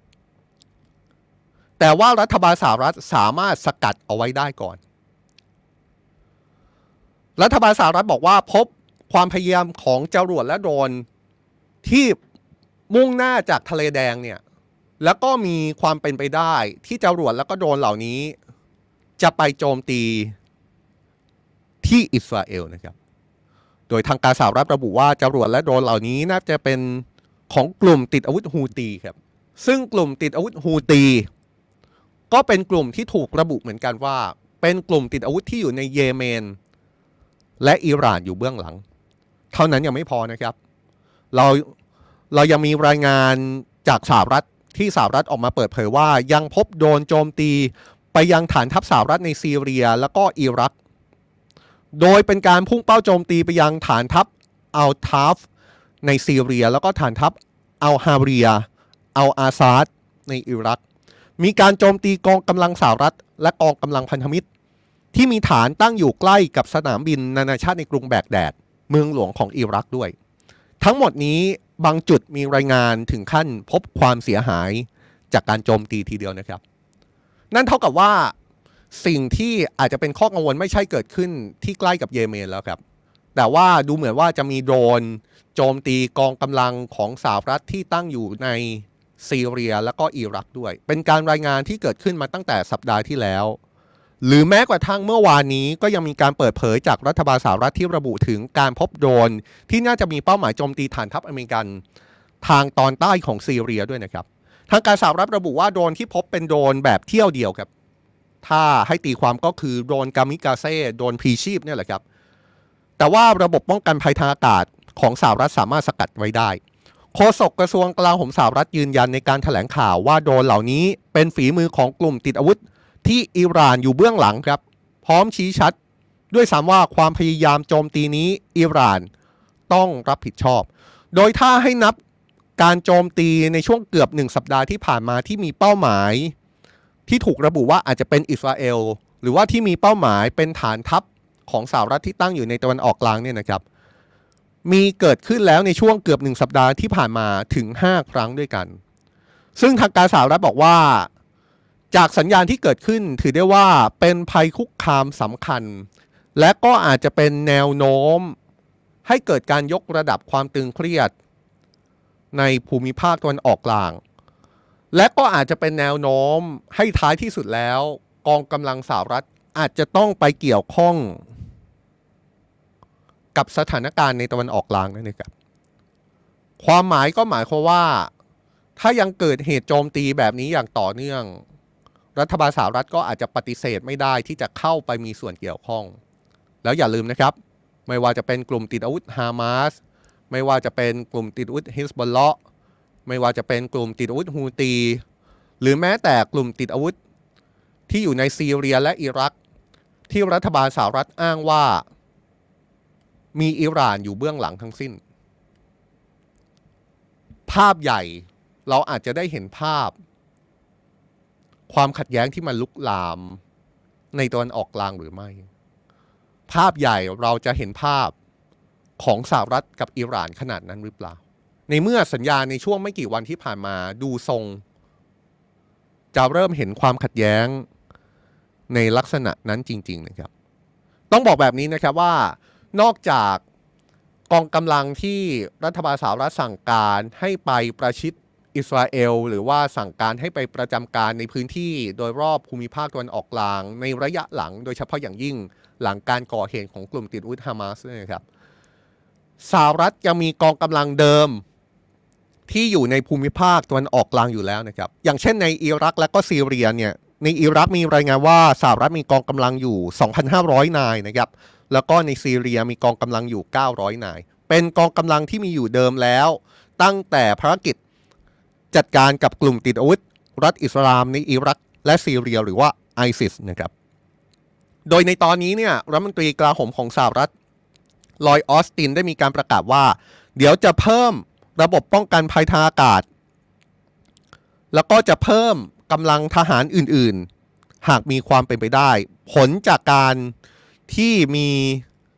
แต่ว่ารัฐบาลสหรัฐสามารถสกัดเอาไว้ได้ก่อนรัฐบาลสหรัฐบอกว่าพบความพยายามของจรวดและโดรนที่มุ่งหน้าจากทะเลแดงเนี่ยแล้วก็มีความเป็นไปได้ที่จรวดแล้วก็โดรนเหล่านี้จะไปโจมตีที่อิสราเอลนะครับโดยทางการสหรัฐระบุว่าจรวดและโดรนเหล่านี้น่าจะเป็นของกลุ่มติดอาวุธฮูตีครับซึ่งกลุ่มติดอาวุธฮูตีก็เป็นกลุ่มที่ถูกระบุเหมือนกันว่าเป็นกลุ่มติดอาวุธที่อยู่ในเยเมนและอิหร่านอยู่เบื้องหลังเท่านั้นยังไม่พอนะครับเรายังมีรายงานจากสหรัฐที่สหรัฐออกมาเปิดเผยว่ายังพบโดรนโจมตีไปยังฐานทัพสหรัฐในซีเรียแล้วก็อิรักโดยเป็นการพุ่งเป้าโจมตีไปยังฐานทัพอัลทาฟในซีเรียแล้วก็ฐานทัพอัลฮาเรียอัลอาซาดในอิรักมีการโจมตีกองกำลังสหรัฐและกองกำลังพันธมิตรที่มีฐานตั้งอยู่ใกล้กับสนามบินนานาชาติในกรุงแบกแดดเมืองหลวงของอิรักด้วยทั้งหมดนี้บางจุดมีรายงานถึงขั้นพบความเสียหายจากการโจมตีทีเดียวนะครับนั่นเท่ากับว่าสิ่งที่อาจจะเป็นข้อกังวลไม่ใช่เกิดขึ้นที่ใกล้กับเยเมนแล้วครับแต่ว่าดูเหมือนว่าจะมีโดรนโจมตีกองกำลังของสหรัฐที่ตั้งอยู่ในซีเรียแล้วก็อิรักด้วยเป็นการรายงานที่เกิดขึ้นมาตั้งแต่สัปดาห์ที่แล้วหรือแม้กระทั่งเมื่อวานนี้ก็ยังมีการเปิดเผยจากรัฐบาลสหรัฐที่ระบุถึงการพบโดรนที่น่าจะมีเป้าหมายโจมตีฐานทัพอเมริกันทางตอนใต้ของซีเรียด้วยนะครับทางการสหรัฐระบุว่าโดรนที่พบเป็นโดรนแบบเที่ยวเดียวครับถ้าให้ตีความก็คือโดรนกามิกาเซ่โดรนพลีชีพเนี่ยแหละครับแต่ว่าระบบป้องกันภัยทางอากาศของสหรัฐสามารถสกัดไว้ได้โฆษกกระทรวงกลาโหมสหรัฐยืนยันในการแถลงข่าวว่าโดรนเหล่านี้เป็นฝีมือของกลุ่มติดอาวุธที่อิหร่านอยู่เบื้องหลังครับพร้อมชี้ชัดด้วยซ้ำว่าความพยายามโจมตีนี้อิหร่านต้องรับผิดชอบโดยถ้าให้นับการโจมตีในช่วงเกือบ1 สัปดาห์ที่ผ่านมาที่มีเป้าหมายที่ถูกระบุว่าอาจจะเป็นอิสราเอลหรือว่าที่มีเป้าหมายเป็นฐานทัพของสหรัฐที่ตั้งอยู่ในตะวันออกกลางเนี่ยนะครับมีเกิดขึ้นแล้วในช่วงเกือบ1 สัปดาห์ที่ผ่านมาถึง5 ครั้งด้วยกันซึ่งทางการสหรัฐบอกว่าจากสัญญาณที่เกิดขึ้นถือได้ว่าเป็นภัยคุกคามสำคัญและก็อาจจะเป็นแนวโน้มให้เกิดการยกระดับความตึงเครียดในภูมิภาคตะวันออกกลางและก็อาจจะเป็นแนวโน้มให้ท้ายที่สุดแล้วกองกำลังสหรัฐอาจจะต้องไปเกี่ยวข้องกับสถานการณ์ในตะวันออกกลางนั่นเองครับความหมายก็หมายความว่าถ้ายังเกิดเหตุโจมตีแบบนี้อย่างต่อเนื่องรัฐบาลสหรัฐก็อาจจะปฏิเสธไม่ได้ที่จะเข้าไปมีส่วนเกี่ยวข้องแล้วอย่าลืมนะครับไม่ว่าจะเป็นกลุ่มติดอาวุธฮามาสไม่ว่าจะเป็นกลุ่มติดอาวุธฮิซบอลเลาะห์ไม่ว่าจะเป็นกลุ่มติดอาวุธฮูตีหรือแม้แต่กลุ่มติดอาวุธที่อยู่ในซีเรียและอิรักที่รัฐบาลสหรัฐอ้างว่ามีอิหร่านอยู่เบื้องหลังทั้งสิ้นภาพใหญ่เราอาจจะได้เห็นภาพความขัดแย้งที่มันลุกลามในตะวันออกกลางหรือไม่ภาพใหญ่เราจะเห็นภาพของสหรัฐกับอิหร่านขนาดนั้นหรือเปล่าในเมื่อสัญญาณในช่วงไม่กี่วันที่ผ่านมาดูทรงจะเริ่มเห็นความขัดแย้งในลักษณะนั้นจริงๆนะครับต้องบอกแบบนี้นะครับว่านอกจากกองกำลังที่รัฐบาลสหรัฐสั่งการให้ไปประชิดอิสราเอลหรือว่าสั่งการให้ไปประจำการในพื้นที่โดยรอบภูมิภาคตะวันออกกลางในระยะหลังโดยเฉพาะอย่างยิ่งหลังการก่อเหตุของกลุ่มติดอาวุธฮามาสนะครับสหรัฐยังมีกองกำลังเดิมที่อยู่ในภูมิภาคตะวันออกกลางอยู่แล้วนะครับอย่างเช่นในอิรักและก็ซีเรียเนี่ยในอิรักมีรายงานว่าสหรัฐมีกองกำลังอยู่ 2,500 นายนะครับแล้วก็ในซีเรียมีกองกำลังอยู่900 นายเป็นกองกำลังที่มีอยู่เดิมแล้วตั้งแต่ภารกิจจัดการกับกลุ่มติดอาวุธรัฐอิสลามในอิรักและซีเรียหรือว่าไอซิสนะครับโดยในตอนนี้เนี่ยรัฐมนตรีกลาโหมของสหรัฐลอยด์ ออสตินได้มีการประกาศว่าเดี๋ยวจะเพิ่มระบบป้องกันภัยทางอากาศแล้วก็จะเพิ่มกำลังทหารอื่นๆหากมีความเป็นไปได้ผลจากการที่มี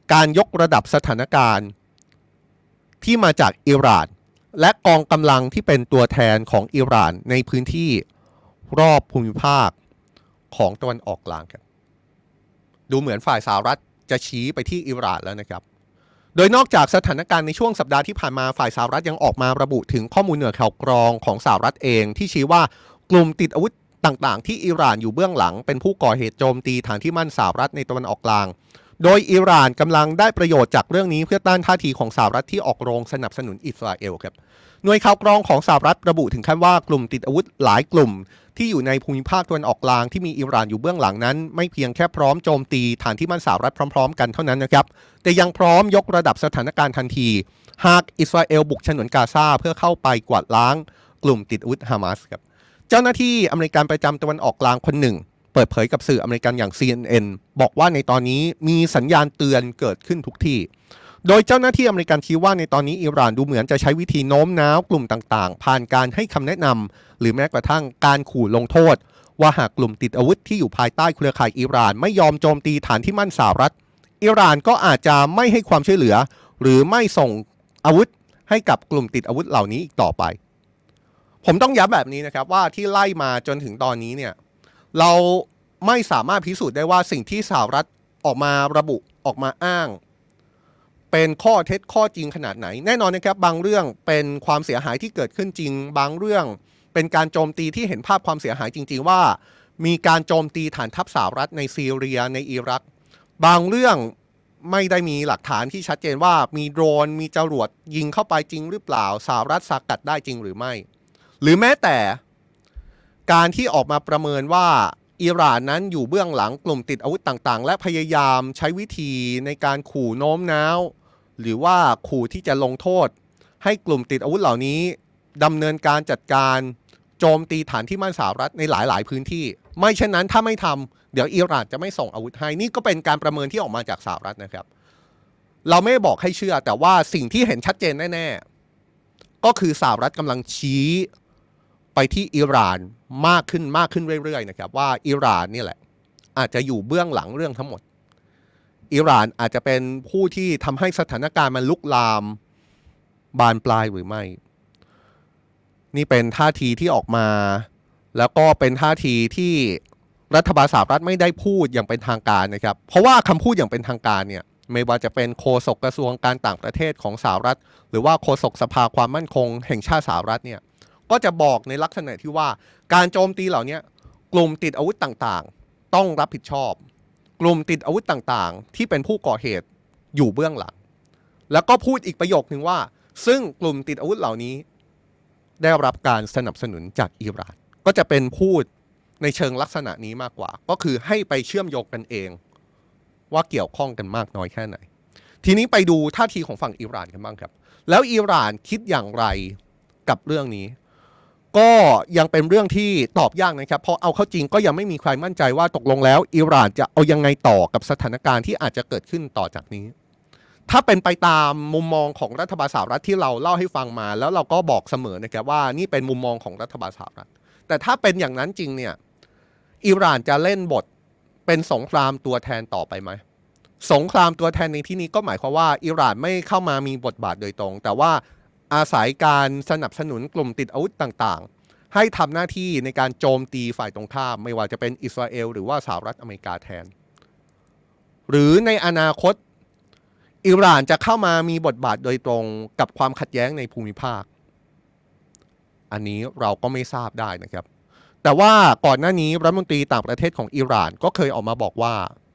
การยกระดับสถานการณ์ที่มาจากอิหร่านและกองกำลังที่เป็นตัวแทนของอิหร่านในพื้นที่รอบภูมิภาคของตะวันออกกลางครับดูเหมือนฝ่ายสหรัฐจะชี้ไปที่อิหร่านแล้วนะครับโดยนอกจากสถานการณ์ในช่วงสัปดาห์ที่ผ่านมาฝ่ายสหรัฐยังออกมาระบุถึงข้อมูลเหนือข่าวกรองของสหรัฐเองที่ชี้ว่ากลุ่มติดอาวุธต่างๆที่อิหร่านอยู่เบื้องหลังเป็นผู้ก่อเหตุโจมตีฐานที่มั่นสหรัฐในตะวันออกกลางโดยอิหร่านกำลังได้ประโยชน์จากเรื่องนี้เพื่อต้านท่าทีของสหรัฐที่ออกโรงสนับสนุนอิสราเอลครับหน่วยข่าวกรองของสหรัฐระบุถึงขั้นว่ากลุ่มติดอาวุธหลายกลุ่มที่อยู่ในภูมิภาคตะวันออกกลางที่มีอิหร่านอยู่เบื้องหลังนั้นไม่เพียงแค่พร้อมโจมตีฐานที่มั่นสหรัฐพร้อมๆกันเท่านั้นนะครับแต่ยังพร้อมยกระดับสถานการณ์ทันทีหากอิสราเอลบุกฉนวนกาซาเพื่อเข้าไปกวาดล้างกลุ่มติดอาวุธฮามาสครับเจ้าหน้าที่อเมริกันประจำตะวันออกกลางคนหนึ่งเปิดเผยกับสื่ออเมริกันอย่าง CNN บอกว่าในตอนนี้มีสัญญาณเตือนเกิดขึ้นทุกที่โดยเจ้าหน้าที่อเมริกันชี้ว่าในตอนนี้อิหร่านดูเหมือนจะใช้วิธีโน้มน้าวกลุ่มต่างๆผ่านการให้คำแนะนำหรือแม้กระทั่งการขู่ลงโทษว่าหากกลุ่มติดอาวุธที่อยู่ภายใต้เครือข่ายอิหร่านไม่ยอมโจมตีฐานที่มั่นสหรัฐอิหร่านก็อาจจะไม่ให้ความช่วยเหลือหรือไม่ส่งอาวุธให้กับกลุ่มติดอาวุธเหล่านี้อีกต่อไปผมต้องย้ำแบบนี้นะครับว่าที่ไล่มาจนถึงตอนนี้เนี่ยเราไม่สามารถพิสูจน์ได้ว่าสิ่งที่สหรัฐออกมาระบุออกมาอ้างเป็นข้อเท็จข้อจริงขนาดไหนแน่นอนนะครับบางเรื่องเป็นความเสียหายที่เกิดขึ้นจริงบางเรื่องเป็นการโจมตีที่เห็นภาพความเสียหายจริงๆว่ามีการโจมตีฐานทัพสหรัฐในซีเรียในอิรักบางเรื่องไม่ได้มีหลักฐานที่ชัดเจนว่ามีโดรนมีจรวดยิงเข้าไปจริงหรือเปล่าสหรัฐสกัดได้จริงหรือไม่หรือแม้แต่การที่ออกมาประเมินว่าอิหร่านนั้นอยู่เบื้องหลังกลุ่มติดอาวุธต่างๆและพยายามใช้วิธีในการขู่โน้มน้าวหรือว่าขู่ที่จะลงโทษให้กลุ่มติดอาวุธเหล่านี้ดำเนินการจัดการโจมตีฐานที่มั่นสหรัฐในหลายๆพื้นที่ไม่เช่นนั้นถ้าไม่ทำเดี๋ยวอิหร่านจะไม่ส่งอาวุธให้นี่ก็เป็นการประเมินที่ออกมาจากสหรัฐนะครับเราไม่บอกให้เชื่อแต่ว่าสิ่งที่เห็นชัดเจนแน่ๆก็คือสหรัฐกำลังชี้ไปที่อิหร่านมากขึ้นเรื่อยๆนะครับว่าอิหร่านนี่แหละอาจจะอยู่เบื้องหลังเรื่องทั้งหมดอิหร่านอาจจะเป็นผู้ที่ทำให้สถานการณ์มันลุกลามบานปลายหรือไม่นี่เป็นท่าทีที่ออกมาแล้วก็เป็นท่าทีที่รัฐบาลสหรัฐไม่ได้พูดอย่างเป็นทางการนะครับเพราะว่าคำพูดอย่างเป็นทางการเนี่ยไม่ว่าจะเป็นโฆษกกระทรวงการต่างประเทศของสหรัฐหรือว่าโฆษกสภาความมั่นคงแห่งชาติสหรัฐเนี่ยก็จะบอกในลักษณะที่ว่าการโจมตีเหล่านี้กลุ่มติดอาวุธต่างๆต้องรับผิดชอบกลุ่มติดอาวุธต่างๆที่เป็นผู้ก่อเหตุอยู่เบื้องหลังแล้วก็พูดอีกประโยคนึงว่าซึ่งกลุ่มติดอาวุธเหล่านี้ได้รับการสนับสนุนจากอิหร่านก็จะเป็นพูดในเชิงลักษณะนี้มากกว่าก็คือให้ไปเชื่อมโยงกันเองว่าเกี่ยวข้องกันมากน้อยแค่ไหนทีนี้ไปดูท่าทีของฝั่งอิหร่านกันบ้างครับแล้วอิหร่านคิดอย่างไรกับเรื่องนี้ก็ยังเป็นเรื่องที่ตอบยากนะครับเพราะเอาเข้าจริงก็ยังไม่มีใครมั่นใจว่าตกลงแล้วอิหร่านจะเอายังไงต่อกับสถานการณ์ที่อาจจะเกิดขึ้นต่อจากนี้ถ้าเป็นไปตามมุมมองของรัฐบาลสหรัฐที่เราเล่าให้ฟังมาแล้วเราก็บอกเสมอนะครับว่านี่เป็นมุมมองของรัฐบาลสหรัฐแต่ถ้าเป็นอย่างนั้นจริงเนี่ยอิหร่านจะเล่นบทเป็นสงครามตัวแทนต่อไปไหมสงครามตัวแทนในที่นี้ก็หมายความว่าอิหร่านไม่เข้ามามีบทบาทโดยตรงแต่ว่าอาศัยการสนับสนุนกลุ่มติดอาวุธต่างๆให้ทำหน้าที่ในการโจมตีฝ่ายตรงข้ามไม่ว่าจะเป็นอิสราเอลหรือว่าสหรัฐอเมริกาแทนหรือในอนาคตอิหร่านจะเข้ามามีบทบาทโดยตรงกับความขัดแย้งในภูมิภาคอันนี้เราก็ไม่ทราบได้นะครับแต่ว่าก่อนหน้านี้รัฐมนตรีต่างประเทศของอิหร่านก็เคยออกมาบอกว่า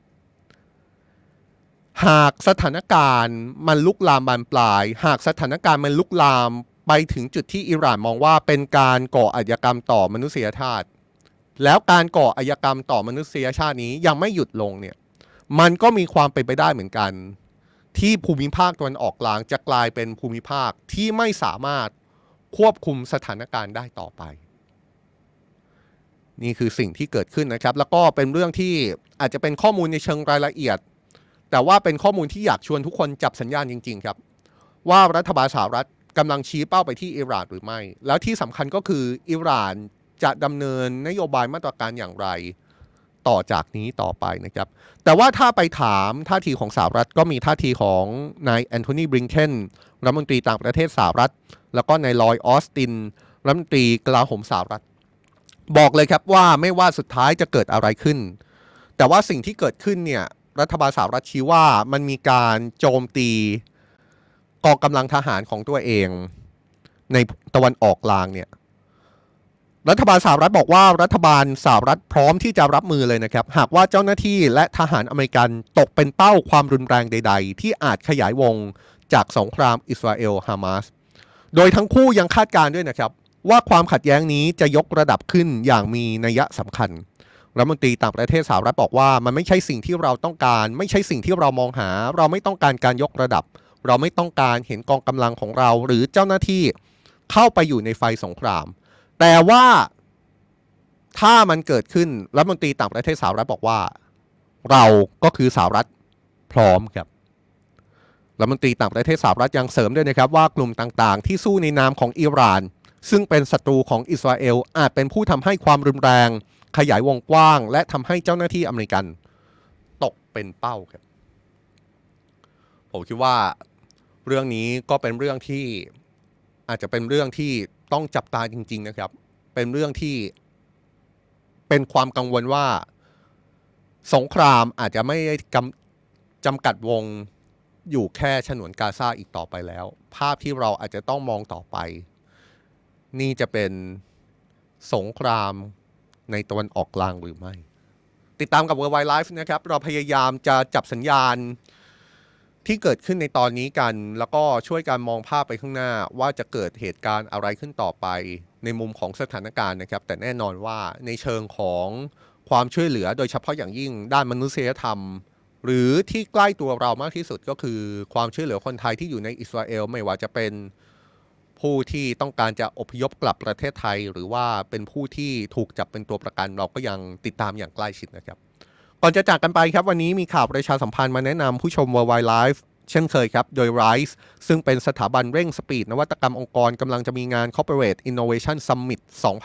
หากสถานการณ์มันลุกลามบานปลายหากสถานการณ์มันลุกลามไปถึงจุดที่อิหร่านมองว่าเป็นการก่ออาชญากรรมต่อมนุษยชาติแล้วการก่ออาชญากรรมต่อมนุษยชาตินี้ยังไม่หยุดลงเนี่ยมันก็มีความเป็นไปได้เหมือนกันที่ภูมิภาคตะวันออกกลางจะกลายเป็นภูมิภาคที่ไม่สามารถควบคุมสถานการณ์ได้ต่อไปนี่คือสิ่งที่เกิดขึ้นนะครับแล้วก็เป็นเรื่องที่อาจจะเป็นข้อมูลในเชิงรายละเอียดแต่ว่าเป็นข้อมูลที่อยากชวนทุกคนจับสัญญาณจริงๆครับว่ารัฐบาลสหรัฐกำลังชี้เป้าไปที่อิหร่านหรือไม่แล้วที่สำคัญก็คืออิหร่านจะดำเนินนโยบายมาตรการอย่างไรต่อจากนี้ต่อไปนะครับแต่ว่าถ้าไปถามท่าทีของสหรัฐก็มีท่าทีของนายแอนโทนีบลิงเคนรัฐมนตรีต่างประเทศสหรัฐแล้วก็นายลอยด์ออสตินรัฐมนตรีกลาโหมสหรัฐบอกเลยครับว่าไม่ว่าสุดท้ายจะเกิดอะไรขึ้นแต่ว่าสิ่งที่เกิดขึ้นเนี่ยรัฐบาลสหรัฐชี้ว่ามันมีการโจมตีกองกำลังทหารของตัวเองในตะวันออกกลางเนี่ยรัฐบาลสหรัฐบอกว่ารัฐบาลสหรัฐพร้อมที่จะรับมือเลยนะครับหากว่าเจ้าหน้าที่และทหารอเมริกันตกเป็นเป้าความรุนแรงใดๆที่อาจขยายวงจากสงครามอิสราเอลฮามาสโดยทั้งคู่ยังคาดการณ์ด้วยนะครับว่าความขัดแย้งนี้จะยกระดับขึ้นอย่างมีนัยสำคัญรัฐมนตรีต่างประเทศสหรัฐบอกว่ามันไม่ใช่สิ่งที่เราต้องการไม่ใช่สิ่งที่เรามองหาเราไม่ต้องการการยกระดับเราไม่ต้องการเห็นกองกำลังของเราหรือเจ้าหน้าที่เข้าไปอยู่ในไฟสงครามแต่ว่าถ้ามันเกิดขึ้นรัฐมนตรีต่างประเทศสหรัฐบอกว่าเราก็คือสหรัฐพร้อมครับรัฐมนตรีต่างประเทศสหรัฐยังเสริมด้วยนะครับว่ากลุ่มต่างๆที่สู้ในนามของอิหร่านซึ่งเป็นศัตรูของอิสราเอลอาจเป็นผู้ทำให้ความรุนแรงขยายวงกว้างและทำให้เจ้าหน้าที่อเมริกันตกเป็นเป้าครับผมคิดว่าเรื่องนี้ก็เป็นเรื่องที่อาจจะเป็นเรื่องที่ต้องจับตาจริงๆนะครับเป็นเรื่องที่เป็นความกังวลว่าสงครามอาจจะไม่จำกัดวงอยู่แค่ฉนวนกาซาอีกต่อไปแล้วภาพที่เราอาจจะต้องมองต่อไปนี่จะเป็นสงครามในตะวันออกกลางหรือไม่ติดตามกับ Worldwide Life นะครับเราพยายามจะจับสัญญาณที่เกิดขึ้นในตอนนี้กันแล้วก็ช่วยกันมองภาพไปข้างหน้าว่าจะเกิดเหตุการณ์อะไรขึ้นต่อไปในมุมของสถานการณ์นะครับแต่แน่นอนว่าในเชิงของความช่วยเหลือโดยเฉพาะอย่างยิ่งด้านมนุษยธรรมหรือที่ใกล้ตัวเรามากที่สุดก็คือความช่วยเหลือคนไทยที่อยู่ในอิสราเอลไม่ว่าจะเป็นผู้ที่ต้องการจะอพยพกลับประเทศไทยหรือว่าเป็นผู้ที่ถูกจับเป็นตัวประกันเราก็ยังติดตามอย่างใกล้ชิดนะครับก่อนจะจากกันไปครับวันนี้มีข่าวประชาสัมพันธ์มาแนะนำผู้ชม Worldwide Life เช่นเคยครับโดย RISE ซึ่งเป็นสถาบันเร่งสปีดนวัตกรรมองค์กรกำลังจะมีงาน Corporate Innovation Summit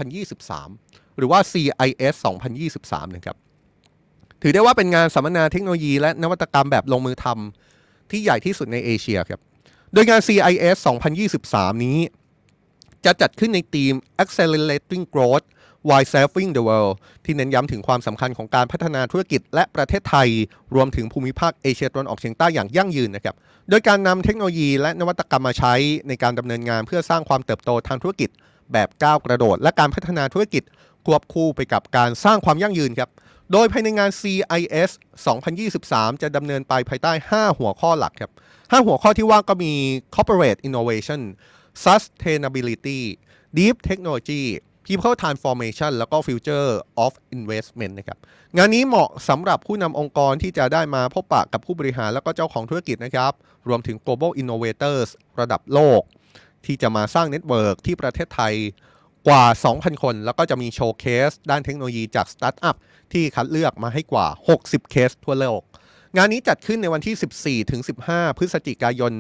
2023 หรือว่า CIS 2023 นะครับถือได้ว่าเป็นงานสัมมนาเทคโนโลยีและนวัตกรรมแบบลงมือทำที่ใหญ่ที่สุดในเอเชียครับโดยงาน CIS 2023 นี้จะจัดขึ้นในธีม Accelerating Growth While Saving the World ที่เน้นย้ำถึงความสำคัญของการพัฒนาธุรกิจและประเทศไทยรวมถึงภูมิภาคเอเชียตะวันออกเฉียงใต้อย่างยั่งยืนนะครับโดยการนำเทคโนโลยีและนวัตกรรมมาใช้ในการดำเนินงานเพื่อสร้างความเติบโตทางธุรกิจแบบก้าวกระโดดและการพัฒนาธุรกิจควบคู่ไปกับการสร้างความยั่งยืนครับโดยภายในงาน CIS 2023 จะดำเนินไปภายใต้ 5 หัวข้อหลักครับ5หัวข้อที่ว่าก็มี Corporate Innovation Sustainability Deep Technology People Transformation แล้วก็ Future of Investment นะครับงานนี้เหมาะสำหรับผู้นำองค์กรที่จะได้มาพบปะกับผู้บริหารแล้วก็เจ้าของธุรกิจนะครับรวมถึง Global Innovators ระดับโลกที่จะมาสร้างเน็ตเวิร์กที่ประเทศไทยกว่า 2,000 คนแล้วก็จะมีโชว์เคสด้านเทคโนโลยีจากสตาร์ทอัพที่คัดเลือกมาให้กว่า 60 เคสทั่วโลกงานนี้จัดขึ้นในวันที่ 14-15 พฤศจิกายน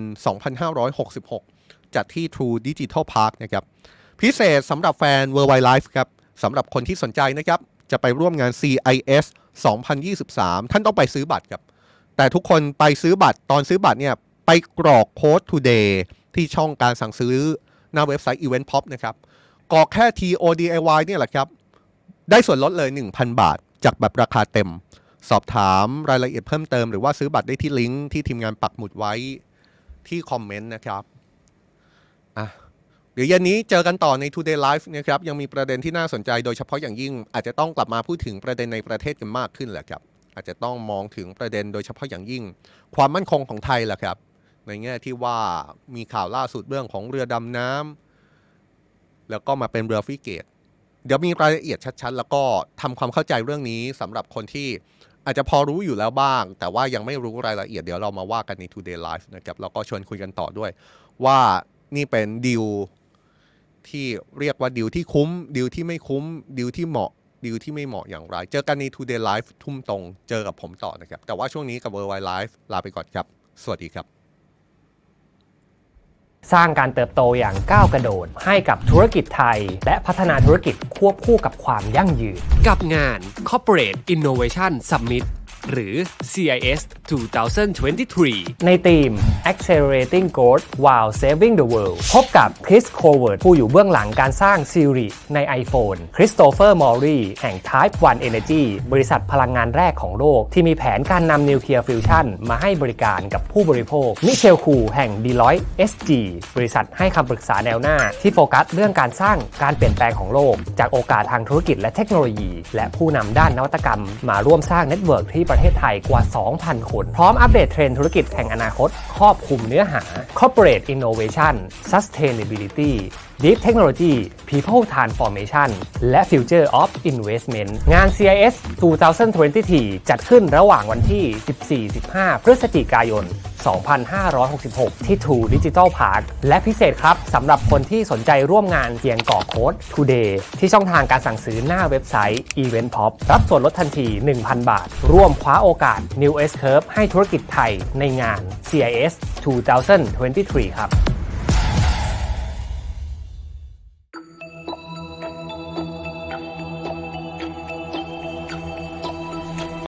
2566 จัดที่ True Digital Park นะครับพิเศษสำหรับแฟน Worldwide Life ครับสำหรับคนที่สนใจนะครับจะไปร่วมงาน CIS 2023 ท่านต้องไปซื้อบัตรครับแต่ทุกคนไปซื้อบัตรตอนซื้อบัตรเนี่ยไปกรอกโค้ด Today ที่ช่องการสั่งซื้อหน้าเว็บไซต์ Event Pop นะครับกรอกแค่ TODIY เนี่ยแหละครับได้ส่วนลดเลย 1,000 บาทจากแบบราคาเต็มสอบถามรายละเอียดเพิ่มเติมหรือว่าซื้อบัตรได้ที่ลิงก์ที่ทีมงานปักหมุดไว้ที่คอมเมนต์นะครับเดี๋ยวเย็นนี้เจอกันต่อใน Today Live นะครับยังมีประเด็นที่น่าสนใจโดยเฉพาะอย่างยิ่งอาจจะต้องกลับมาพูดถึงประเด็นในประเทศกันมากขึ้นแหละครับอาจจะต้องมองถึงประเด็นโดยเฉพาะอย่างยิ่งความมั่นคงของไทยแหละครับในแง่ที่ว่ามีข่าวล่าสุดเรื่องของเรือดำน้ำแล้วก็มาเป็นเรือฟริเกตเดี๋ยวมีรายละเอียดชัดๆแล้วก็ทำความเข้าใจเรื่องนี้สำหรับคนที่อาจจะพอรู้อยู่แล้วบ้างแต่ว่ายังไม่รู้รายละเอียดเดี๋ยวเรามาว่ากันใน Today Live นะครับแล้วก็ชวนคุยกันต่อด้วยว่านี่เป็นดีลที่เรียกว่าดีลที่คุ้มดีลที่ไม่คุ้มดีลที่เหมาะดีลที่ไม่เหมาะอย่างไรเจอกันใน Today Live ทุ่มตรงเจอกับผมต่อนะครับแต่ว่าช่วงนี้กับ Worldwide Live ลาไปก่อนครับสวัสดีครับสร้างการเติบโตอย่างก้าวกระโดดให้กับธุรกิจไทยและพัฒนาธุรกิจควบคู่กับความยั่งยืนกับงาน Corporate Innovation Summit หรือ CIS 2023 ในธีม Accelerating Growth While Saving the World พบกับคริสโคเวิร์ดผู้อยู่เบื้องหลังการสร้าง Siri ใน iPhone คริสโตเฟอร์มอรีแห่ง Type 1 Energy บริษัทพลังงานแรกของโลกที่มีแผนการนำนิวเคลียร์ฟิวชั่นมาให้บริการกับผู้บริโภคมิเชลคูแห่ง Deloitte SG บริษัทให้คำปรึกษาแนวหน้าที่โฟกัสเรื่องการสร้างการเปลี่ยนแปลงของโลกจากโอกาสทางธุรกิจและเทคโนโลยีและผู้นำด้านนวัตกรรมมาร่วมสร้างเน็ตเวิร์กที่ประเทศไทยกว่า 2,000 คนพร้อมอัปเดตเทรนด์ธุรกิจแห่งอนาคตครอบคลุมเนื้อหา Corporate Innovation Sustainability Deep Technology People Transformation และ Future of Investment งาน CIS 2023 จัดขึ้นระหว่างวันที่ 14-15 พฤศจิกายน 2566 ที่ True Digital Park และพิเศษครับสำหรับคนที่สนใจร่วมงานเพียงกรอกโค้ด Today ที่ช่องทางการสั่งซื้อหน้าเว็บไซต์ Event Pop รับส่วนลดทันที 1,000 บาท ร่วมคว้าโอกาส New S Curve ให้ธุรกิจไทยในงาน CIS 2023 ครับ